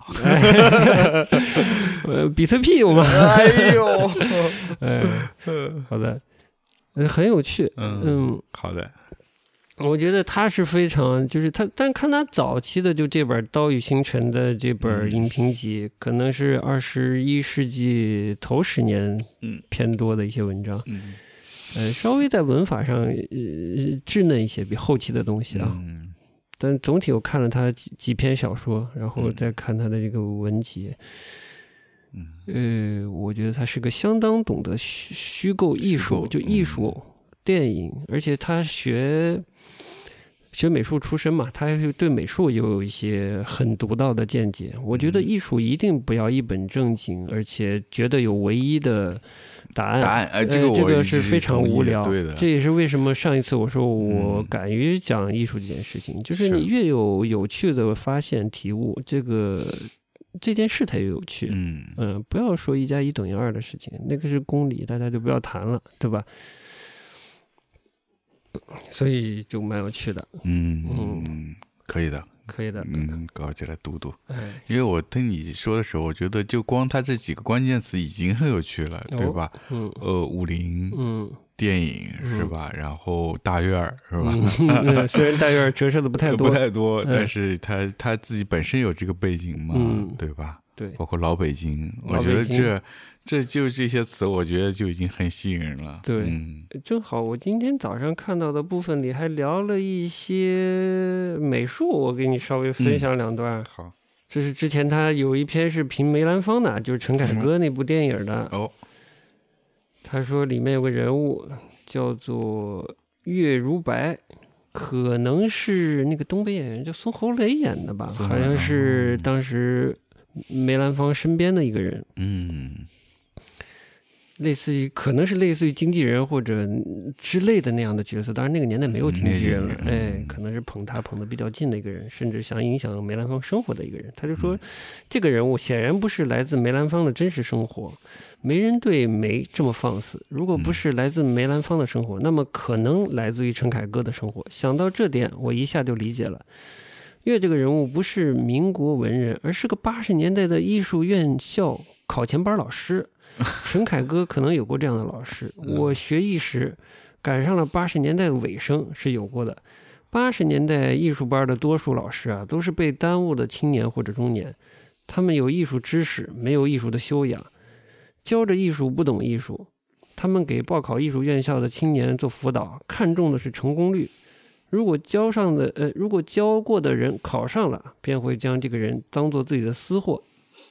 比特币有吗？ 哎呦， 好的，很有趣。 好的。 我觉得他是非常，就是他，但看他早期的就这本《岛屿星辰》的这本影评集，可能是21世纪头10年偏多的一些文章，稍微在文法上稚嫩一些，比后期的东西啊。但总体我看了他几篇小说，然后再看他的这个文集，我觉得他是个相当懂得虚构艺术，就艺术电影，而且他学美术出身嘛，他对美术也有一些很独到的见解。我觉得艺术一定不要一本正经，而且觉得有唯一的答案。这个是非常无聊。这也是为什么上一次我说我敢于讲艺术这件事情，就是你越有有趣的发现体悟，这件事才有趣。不要说1+1等于2的事情，那个是公理，大家就不要谈了，对吧？所以就蛮有趣的。 可以的，搞起来读读。因为我听你说的时候，我觉得就光他这几个关键词已经很有趣了，对吧？武林，电影是吧？然后大院是吧？ 虽然大院折射的不太多， 但是他自己本身有这个背景嘛，对吧？ 对， 包括老北京，我觉得这就这些词，我觉得就已经很吸引人了。 对，正好我今天早上看到的部分里还聊了一些美术，我给你稍微分享2段。 好， 这是之前他有一篇是评梅兰芳的，就是陈凯歌那部电影的。他说里面有个人物叫做岳如白，可能是那个东北演员叫孙红雷演的吧，好像是当时梅兰芳身边的一个人。可能是类似于经纪人或者之类的那样的角色，当然那个年代没有经纪人了，可能是捧他捧得比较近的一个人，甚至想影响梅兰芳生活的一个人。他就说，这个人物显然不是来自梅兰芳的真实生活，没人对梅这么放肆。如果不是来自梅兰芳的生活，那么可能来自于陈凯歌的生活。想到这点，我一下就理解了。岳这个人物不是民国文人，而是个80年代的艺术院校考前班老师。陈凯歌可能有过这样的老师，我学艺时赶上了80年代尾声是有过的。80年代艺术班的多数老师啊，都是被耽误的青年或者中年，他们有艺术知识，没有艺术的修养，教着艺术不懂艺术。他们给报考艺术院校的青年做辅导，看重的是成功率。如果教过的人考上了，便会将这个人当做自己的私货。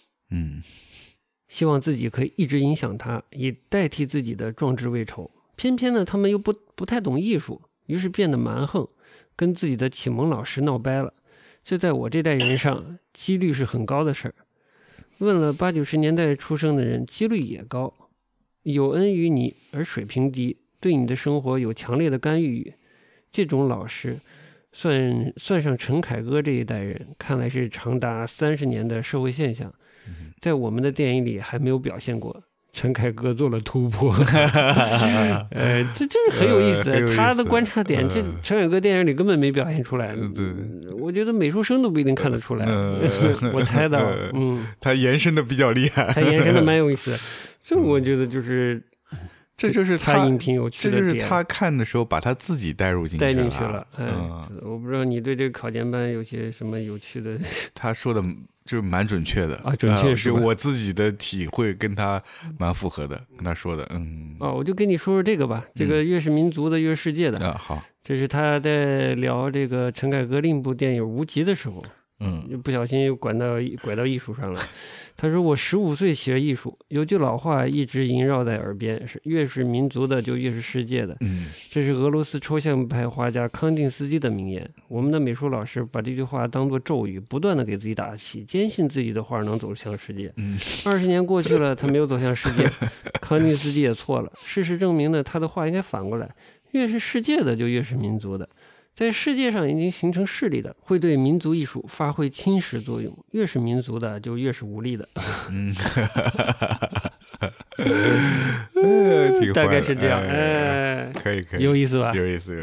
希望自己可以一直影响他，以代替自己的壮志未酬。偏偏呢，他们又不太懂艺术，于是变得蛮横，跟自己的启蒙老师闹掰了。这在我这代人上，几率是很高的事儿。问了80、90年代出生的人，几率也高。有恩于你而水平低，对你的生活有强烈的干预欲，这种老师，算上陈凯歌这一代人，看来是长达30年的社会现象。在我们的电影里还没有表现过，陈凯歌做了突破。这是很有意思，他的观察点，这陈凯歌电影里根本没表现出来。我觉得美术生都不一定看得出来。我猜的， 他延伸的比较厉害， 他延伸的蛮有意思。 这我觉得就是。 这就是他音频有趣的点， 这就是他看的时候把他自己带进去了。 我不知道你对这个考研班有些什么有趣的。 他说的就是蛮准确的啊，准确是我自己的体会跟他蛮符合的，跟他说的， 我就跟你说说这个吧，这个越是民族的越是世界的好， 这是他在聊这个陈凯歌另一部电影《无极》的时候。不小心又拐到艺术上了。他说我15岁学艺术，有句老话一直萦绕在耳边，是越是民族的就越是世界的。这是俄罗斯抽象派画家康定斯基的名言。我们的美术老师把这句话当作咒语，不断的给自己打气，坚信自己的画能走向世界。20年过去了，他没有走向世界，康定斯基也错了。事实证明呢，他的话应该反过来，越是世界的就越是民族的。在世界上已经形成势力的，会对民族艺术发挥侵蚀作用，越是民族的就越是无力的。大概是这样。 可以， 有意思吧？ 有意思。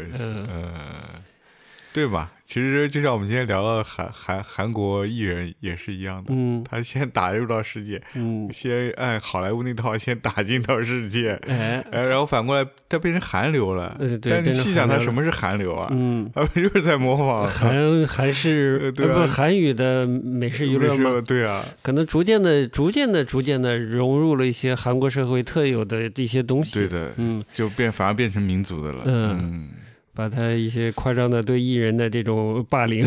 对吧？其实就像我们今天聊了韩国艺人也是一样的，他先打入到世界，先按好莱坞那套先打进到世界，然后反过来他变成韩流了。但你细想，他什么是韩流啊？他不就是在模仿韩式韩语的美式娱乐吗？ 对啊， 可能逐渐的融入了一些韩国社会特有的一些东西。 对的，就反而变成民族的了。 把他一些夸张的对艺人的这种霸凌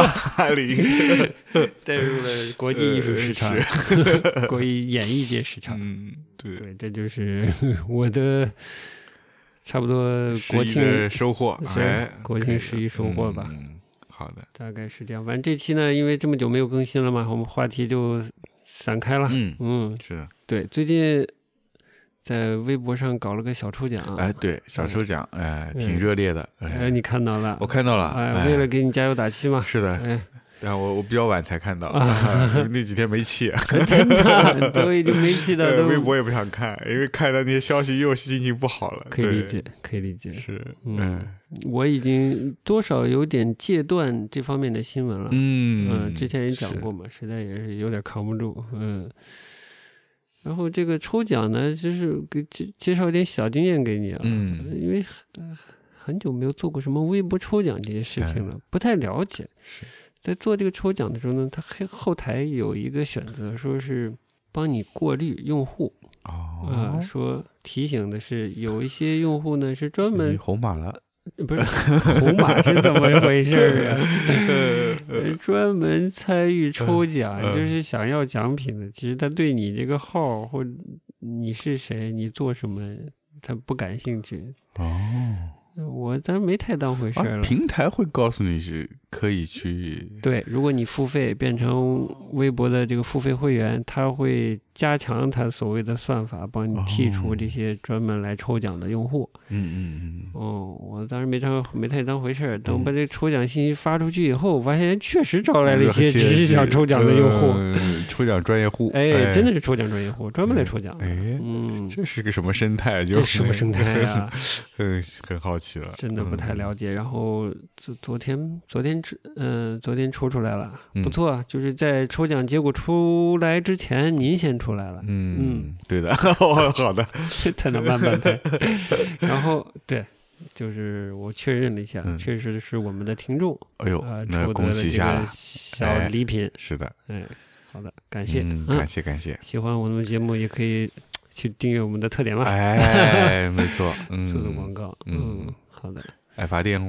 带入了国际艺术市场，国际演艺界市场。对，这就是我的差不多国庆的收获。 国庆11收获吧。 好的， 大概是这样。反正这期呢，因为这么久没有更新了嘛，我们话题就散开了。 是对，最近在微博上搞了个小抽奖。 对，小抽奖，挺热烈的。 你看到了？ 我看到了。 为了给你加油打气嘛。 是的。但我比较晚才看到，那几天没气。 真的，都已经没气的。 微博也不想看，因为看到那些消息又心情不好了。 可以理解。 是， 我已经多少有点戒断这方面的新闻了。之前也讲过嘛，实在也是有点扛不住。然后这个抽奖呢，就是给介绍一点小经验给你啊。因为很久没有做过什么微博抽奖这些事情了，不太了解。在做这个抽奖的时候呢，它后台有一个选择，说是帮你过滤用户。说提醒的是，有一些用户呢是专门红码了。 不是红码是怎么回事啊？专门参与抽奖，就是想要奖品的。其实他对你这个号或你是谁，你做什么，他不感兴趣。咱没太当回事了。 平台会告诉你是可以去。 对，如果你付费变成微博的这个付费会员，他会加强他所谓的算法，帮你剔除这些专门来抽奖的用户。我当时没太当回事。等我把这抽奖信息发出去以后，我发现确实招来了一些只是想抽奖的用户， 抽奖专业户。 真的是抽奖专业户，专门来抽奖。 这是个什么生态？ 这什么生态啊？ 很好奇了， 真的不太了解。然后昨天抽出来了，不错，就是在抽奖结果出来之前，您先出来了。 对的。好的， 太能慢拍。然后对，就是我确认了一下，确实是我们的听众。 那恭喜一下了， 小礼品。 是的， 好的，感谢， 感谢。 喜欢我们节目也可以去订阅我们的特点嘛。 没错， 做的广告。好的。 爱发电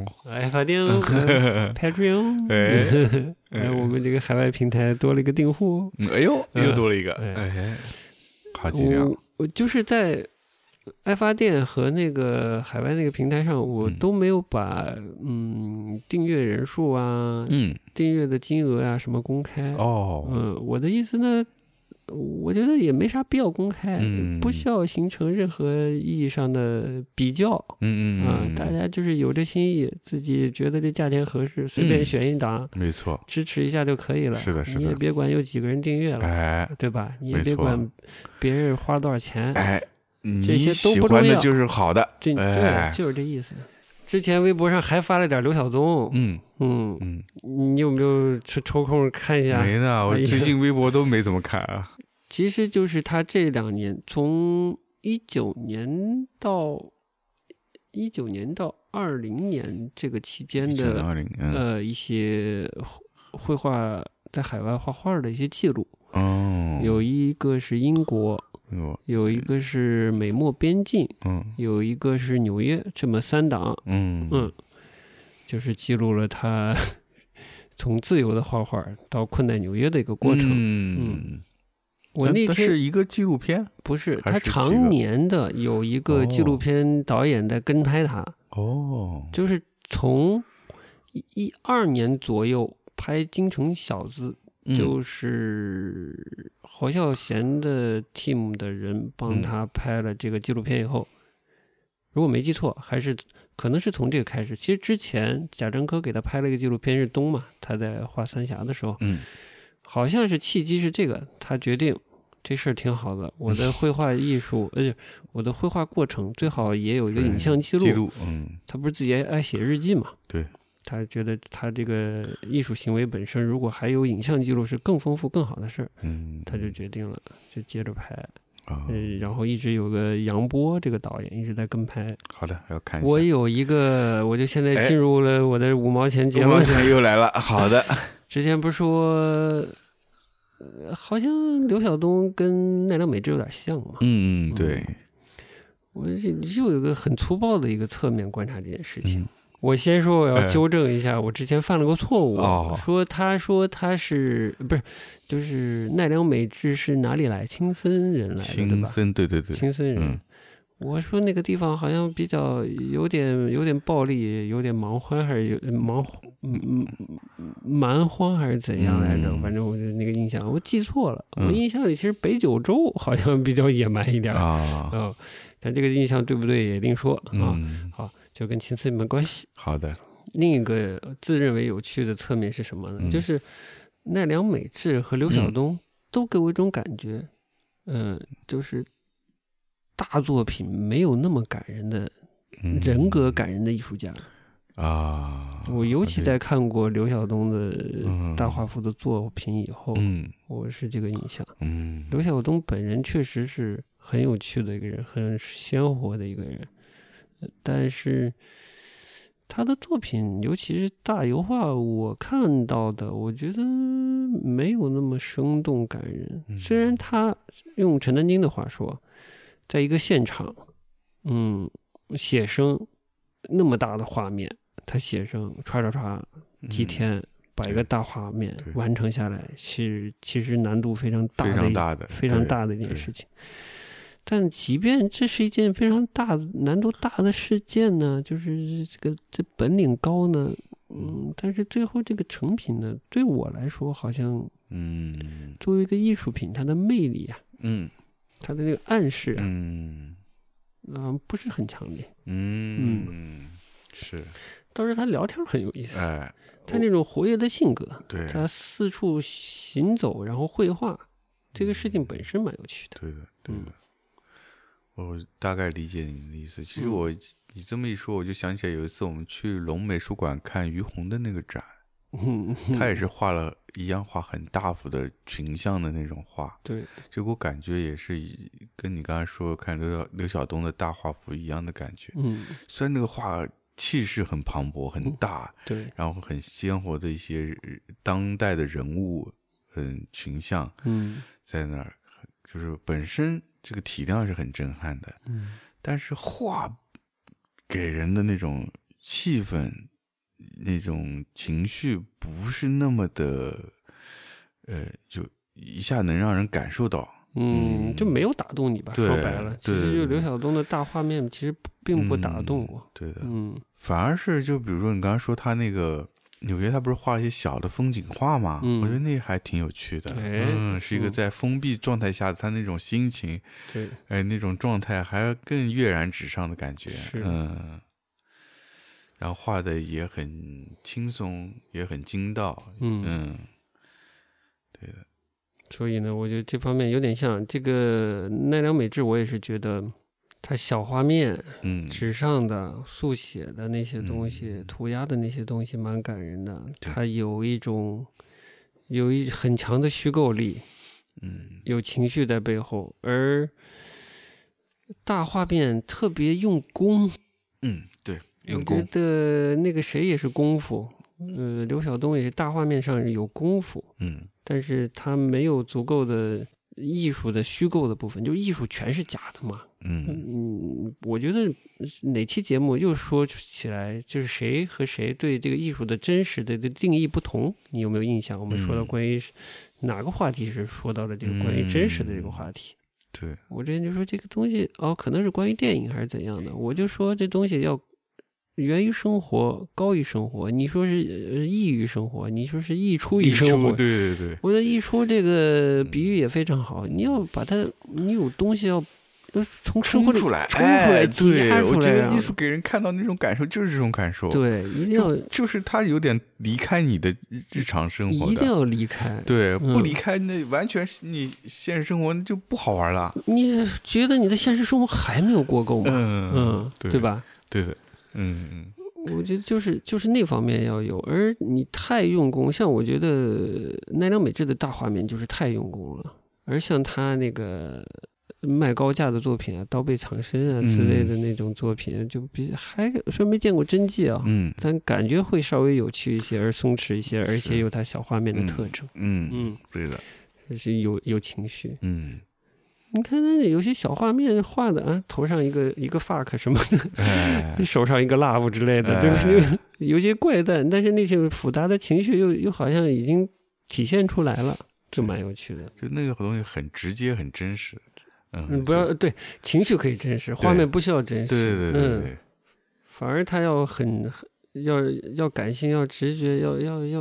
Patreon。我们这个海外平台多了一个订户。 又多了一个。好几辆。 我就是在爱发电和那个海外那个平台上，我都没有把订阅人数啊，订阅的金额啊什么公开。我的意思呢，我觉得也没啥必要公开，不需要形成任何意义上的比较。大家就是有这心意，自己觉得这价钱合适，随便选一档， 没错， 支持一下就可以了。 是的， 你也别管有几个人订阅了，对吧？你也别管别人花多少钱，这些都不重要， 你喜欢的就是好的。 对，就是这意思。之前微博上还发了点刘晓东，你有没有抽空看一下？ 没呢，我最近微博都没怎么看啊。 其实就是他这2年，从19年到20年这个期间的一些绘画在海外画画的一些记录。有一个是英国，有一个是美墨边境，有一个是纽约，这么3档。就是记录了他从自由的画画到困在纽约的一个过程。我那天是一个纪录片， 不是，他常年的有一个纪录片导演在跟拍他。就是从12年左右拍《京城小子》，就是侯孝贤的 team 的人帮他拍了这个纪录片以后，如果没记错，可能是从这个开始。其实之前贾樟柯给他拍了一个纪录片《日东》嘛，他在画三峡的时候，好像是契机是这个，他决定这事儿挺好的，我的绘画艺术，而且我的绘画过程最好也有一个影像记录。他不是自己爱写日记嘛？对，他觉得他这个艺术行为本身，如果还有影像记录，是更丰富、更好的事儿。他就决定了，就接着拍。然后一直有个杨波这个导演一直在跟拍。好的，要看一下。我有一个，我就现在进入了我的5毛钱节目。5毛钱又来了。好的。之前不是说，好像刘晓东跟奈良美智有点像嘛？对。我就有一个很粗暴的一个侧面观察这件事情。我先说我要纠正一下，我之前犯了个错误，说他是不是就是奈良美智是哪里来？青森人来的，青森，对，青森人。我说那个地方好像比较有点暴力，有点蛮荒，还是蛮荒还是怎样来着？反正我就那个印象我记错了，我印象里其实北九州好像比较野蛮一点但这个印象对不对也另说啊。好。就跟青森没关系。好的。另一个自认为有趣的侧面是什么呢？就是奈良美智和刘晓东都给我一种感觉，就是大作品没有那么感人的、人格感人的艺术家我尤其在看过刘晓东的大画幅的作品以后，我是这个印象。刘晓东本人确实是很有趣的一个人，很鲜活的一个人。但是他的作品，尤其是大油画，我看到的，我觉得没有那么生动感人。虽然他用陈丹青的话说，在一个现场，写生那么大的画面，他写生唰几天把一个大画面完成下来，是其实难度非常大的一件事情。但即便这是一件非常难度大的事件呢，就是这本领高呢，但是最后这个成品呢，对我来说好像，作为一个艺术品，它的魅力啊，它的那个暗示啊，不是很强烈，是。倒是他聊天很有意思，他那种活跃的性格，他四处行走，然后绘画，这个事情本身蛮有趣的，对的。我大概理解你的意思。其实你这么一说，我就想起来有一次我们去龙美术馆看于洪的那个展，他也是画很大幅的群像的那种画。对，这我感觉也是跟你刚才说看刘晓东的大画幅一样的感觉。虽然那个画气势很磅礴很大，对，然后很鲜活的一些当代的人物，群像，在那儿，就是本身这个体量是很震撼的，但是画给人的那种气氛、那种情绪不是那么的，就一下能让人感受到，就没有打动你吧？说白了，其实就刘晓东的大画面其实并不打动我，对的，反而是就比如说你刚刚说他那个。纽约他不是画了一些小的风景画吗？我觉得那还挺有趣的。是一个在封闭状态下他那种心情，对，那种状态还更跃然纸上的感觉。然后画的也很轻松，也很筋道。对的。所以呢，我觉得这方面有点像这个奈良美智，我也是觉得。他小画面，纸上的速写的那些东西，涂鸦的那些东西蛮感人的。他有一很强的虚构力， 有情绪在背后，而大画面特别用功。 对，用功。 我觉得那个谁也是功夫，刘晓东也是大画面上有功夫，但是他没有足够的艺术的虚构的部分，就艺术全是假的嘛。我觉得哪期节目又说起来，就是谁和谁对这个艺术的真实的定义不同，你有没有印象？我们说到关于哪个话题是说到的这个关于真实的这个话题？ 对， 我之前就说这个东西可能是关于电影还是怎样的，我就说这东西要源于生活，高于生活。你说是异于生活，你说是溢出于生活。 对对对， 我觉得溢出这个比喻也非常好。你要把它，你有东西要从生活里冲出来， 挤压出来。 我觉得艺术给人看到那种感受就是这种感受。 对，一定要就是它有点离开你的日常生活的， 一定要离开。 对，不离开那完全你现实生活就不好玩了。 你觉得你的现实生活还没有过够吗？对吧？ 对的。 我觉得就是那方面要有，而你太用功，像我觉得奈良美智的大画面就是太用功了，而像他那个卖高价的作品啊，刀背藏身啊之类的那种作品，就还虽然没见过真迹啊，但感觉会稍微有趣一些，而松弛一些，而且有它小画面的特征。 对的， 是有情绪。你看他有些小画面画的头上一个 fuck 什么的，手上一个 love 之类的，就是有些怪诞，但是那些复杂的情绪又好像已经体现出来了，就蛮有趣的。 就那个东西很直接，很真实。 不要对情绪可以真实，画面不需要真实。 对， 反而他要要感性，要直觉，要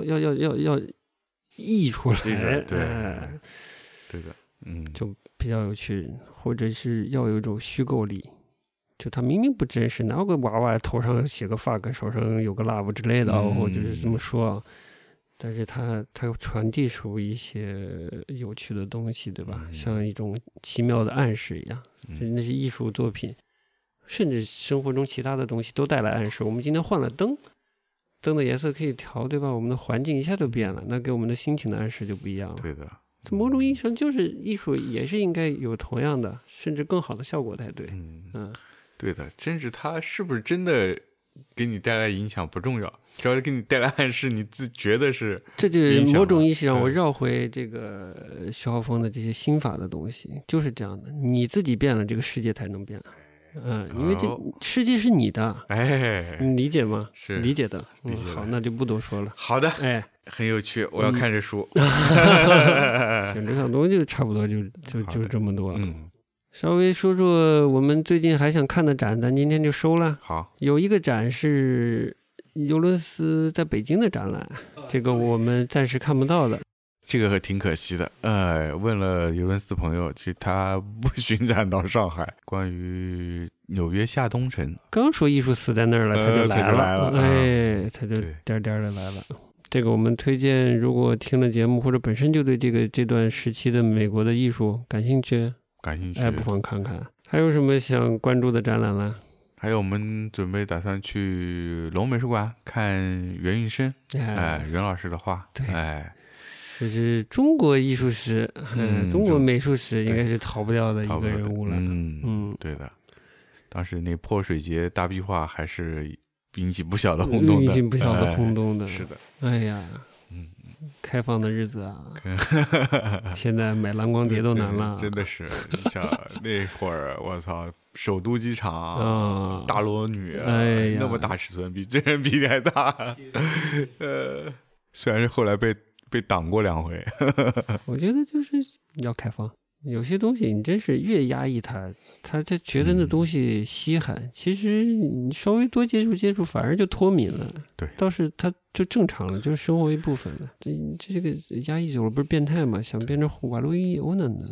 溢出来。 对的。 就比较有趣，或者是要有一种虚构力，就他明明不真实，哪有个娃娃头上写个 fuck， 手上有个 love 之类的，或者是这么说，但是他传递出一些有趣的东西，对吧？像一种奇妙的暗示一样，那是艺术作品，甚至生活中其他的东西都带来暗示。我们今天换了灯的颜色可以调，对吧？我们的环境一下就变了，那给我们的心情的暗示就不一样了。 对的。 某种意义上，就是艺术也是应该有同样的，甚至更好的效果才对。 对的，甚至它是不是真的给你带来影响不重要，只要给你带来暗示，你自觉得是。 这就是某种意义上，我绕回这个徐浩峰的这些心法的东西，就是这样的。你自己变了，这个世界才能变。因为这世界是你的，你理解吗？ 是理解的。好，那就不多说了。 好的，很有趣，我要看这书。 刘晓东就差不多就这么多。稍微说说我们最近还想看的展，咱今天就收了。 好， 有一个展是尤伦斯在北京的展览，这个我们暂时看不到的。 这个挺可惜的，问了尤伦斯朋友，其实他不巡展到上海。关于纽约下东城， 刚说艺术死在那儿了，他就来了，他就颠颠的来了。这个我们推荐，如果听了节目或者本身就对这段时期的美国的艺术感兴趣，不妨看看。还有什么想关注的展览了？ 还有我们准备打算去龙美术馆看袁运生，袁老师的画， 对，就是中国艺术史，中国美术史应该是逃不掉的一个人物了。 对的。当时那泼水节大壁画还是引起不小的轰动的，是的。 哎呀，开放的日子啊，现在买蓝光碟都难了， 真的是。你想那会儿，我操，首都机场大裸女，那么大尺寸，比真人比例还大。虽然是后来被挡过2回。 我觉得就是要开放，有些东西你真是越压抑他就觉得那东西稀罕，其实你稍微多接触反而就脱敏了。 对， 倒是他就正常了，就是生活一部分了。这个压抑久了不是变态吗？想变成瓦洛伊欧呢？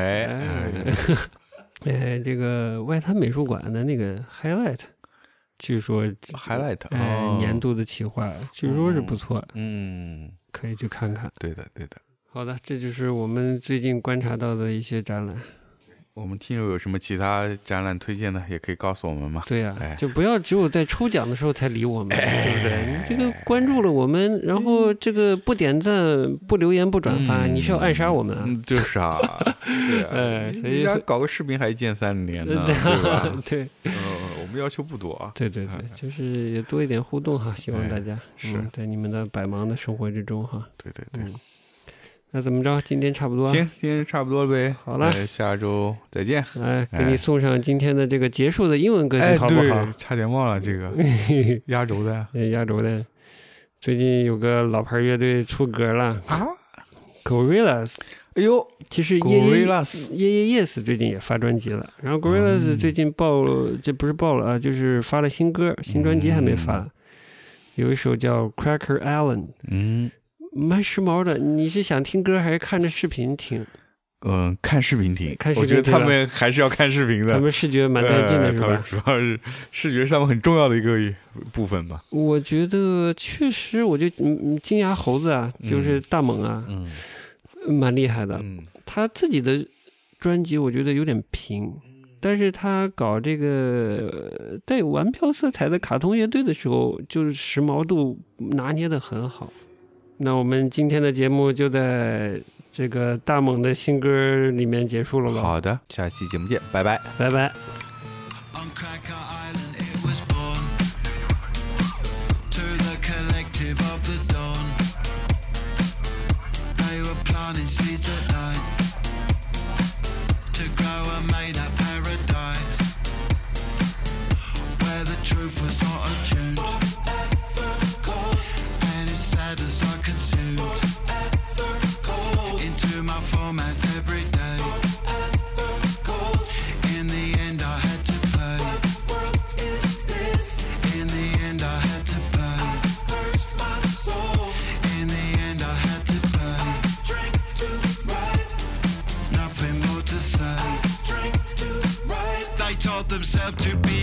这个外滩美术馆的那个 highlight， 据说 highlight 年度的企划，据说是不错。可以去看看。 对的。 好的，这就是我们最近观察到的一些展览。 我们听友有什么其他展览推荐的，也可以告诉我们嘛。 对呀、就不要只有在抽奖的时候才理我们，对不对？你这个关注了我们，然后这个不点赞、不留言、不转发，你是要暗杀我们啊？ 就是啊，对啊，所以人家搞个视频还1键3连呢，对吧？ 对， 我们要求不多啊。 对，就是也多一点互动哈，希望大家是在你们的百忙的生活之中哈。 对。 那怎么着？今天差不多？ 行，今天差不多了呗。 好了， 下周再见。 给你送上今天的这个结束的英文歌曲，好不好？ 对，差点忘了这个压轴的。 压轴的，最近有个老牌乐队出歌了啊 ，Gorillaz。 哎呦， 其实 Yes 最近也发专辑了，然后 Gorillaz 最近这不是爆了啊，就是发了新歌，新专辑还没发，有一首叫 Cracker Island， 蛮时髦的。你是想听歌还是看着视频听？ 看视频听。 看视频， 我觉得他们还是要看视频的。 他们视觉蛮带劲的，是吧？ 主要是视觉是他们很重要的一个部分吧。 我觉得确实，我觉得金牙猴子啊，就是大猛啊，蛮厉害的。他自己的专辑我觉得有点平，但是他搞这个带玩票色彩的卡通乐队的时候，就是时髦度拿捏得很好。那我们今天的节目就在这个大猛的新歌里面结束了吧？ 好的，下期节目见，拜拜， 拜拜。 Themselves to be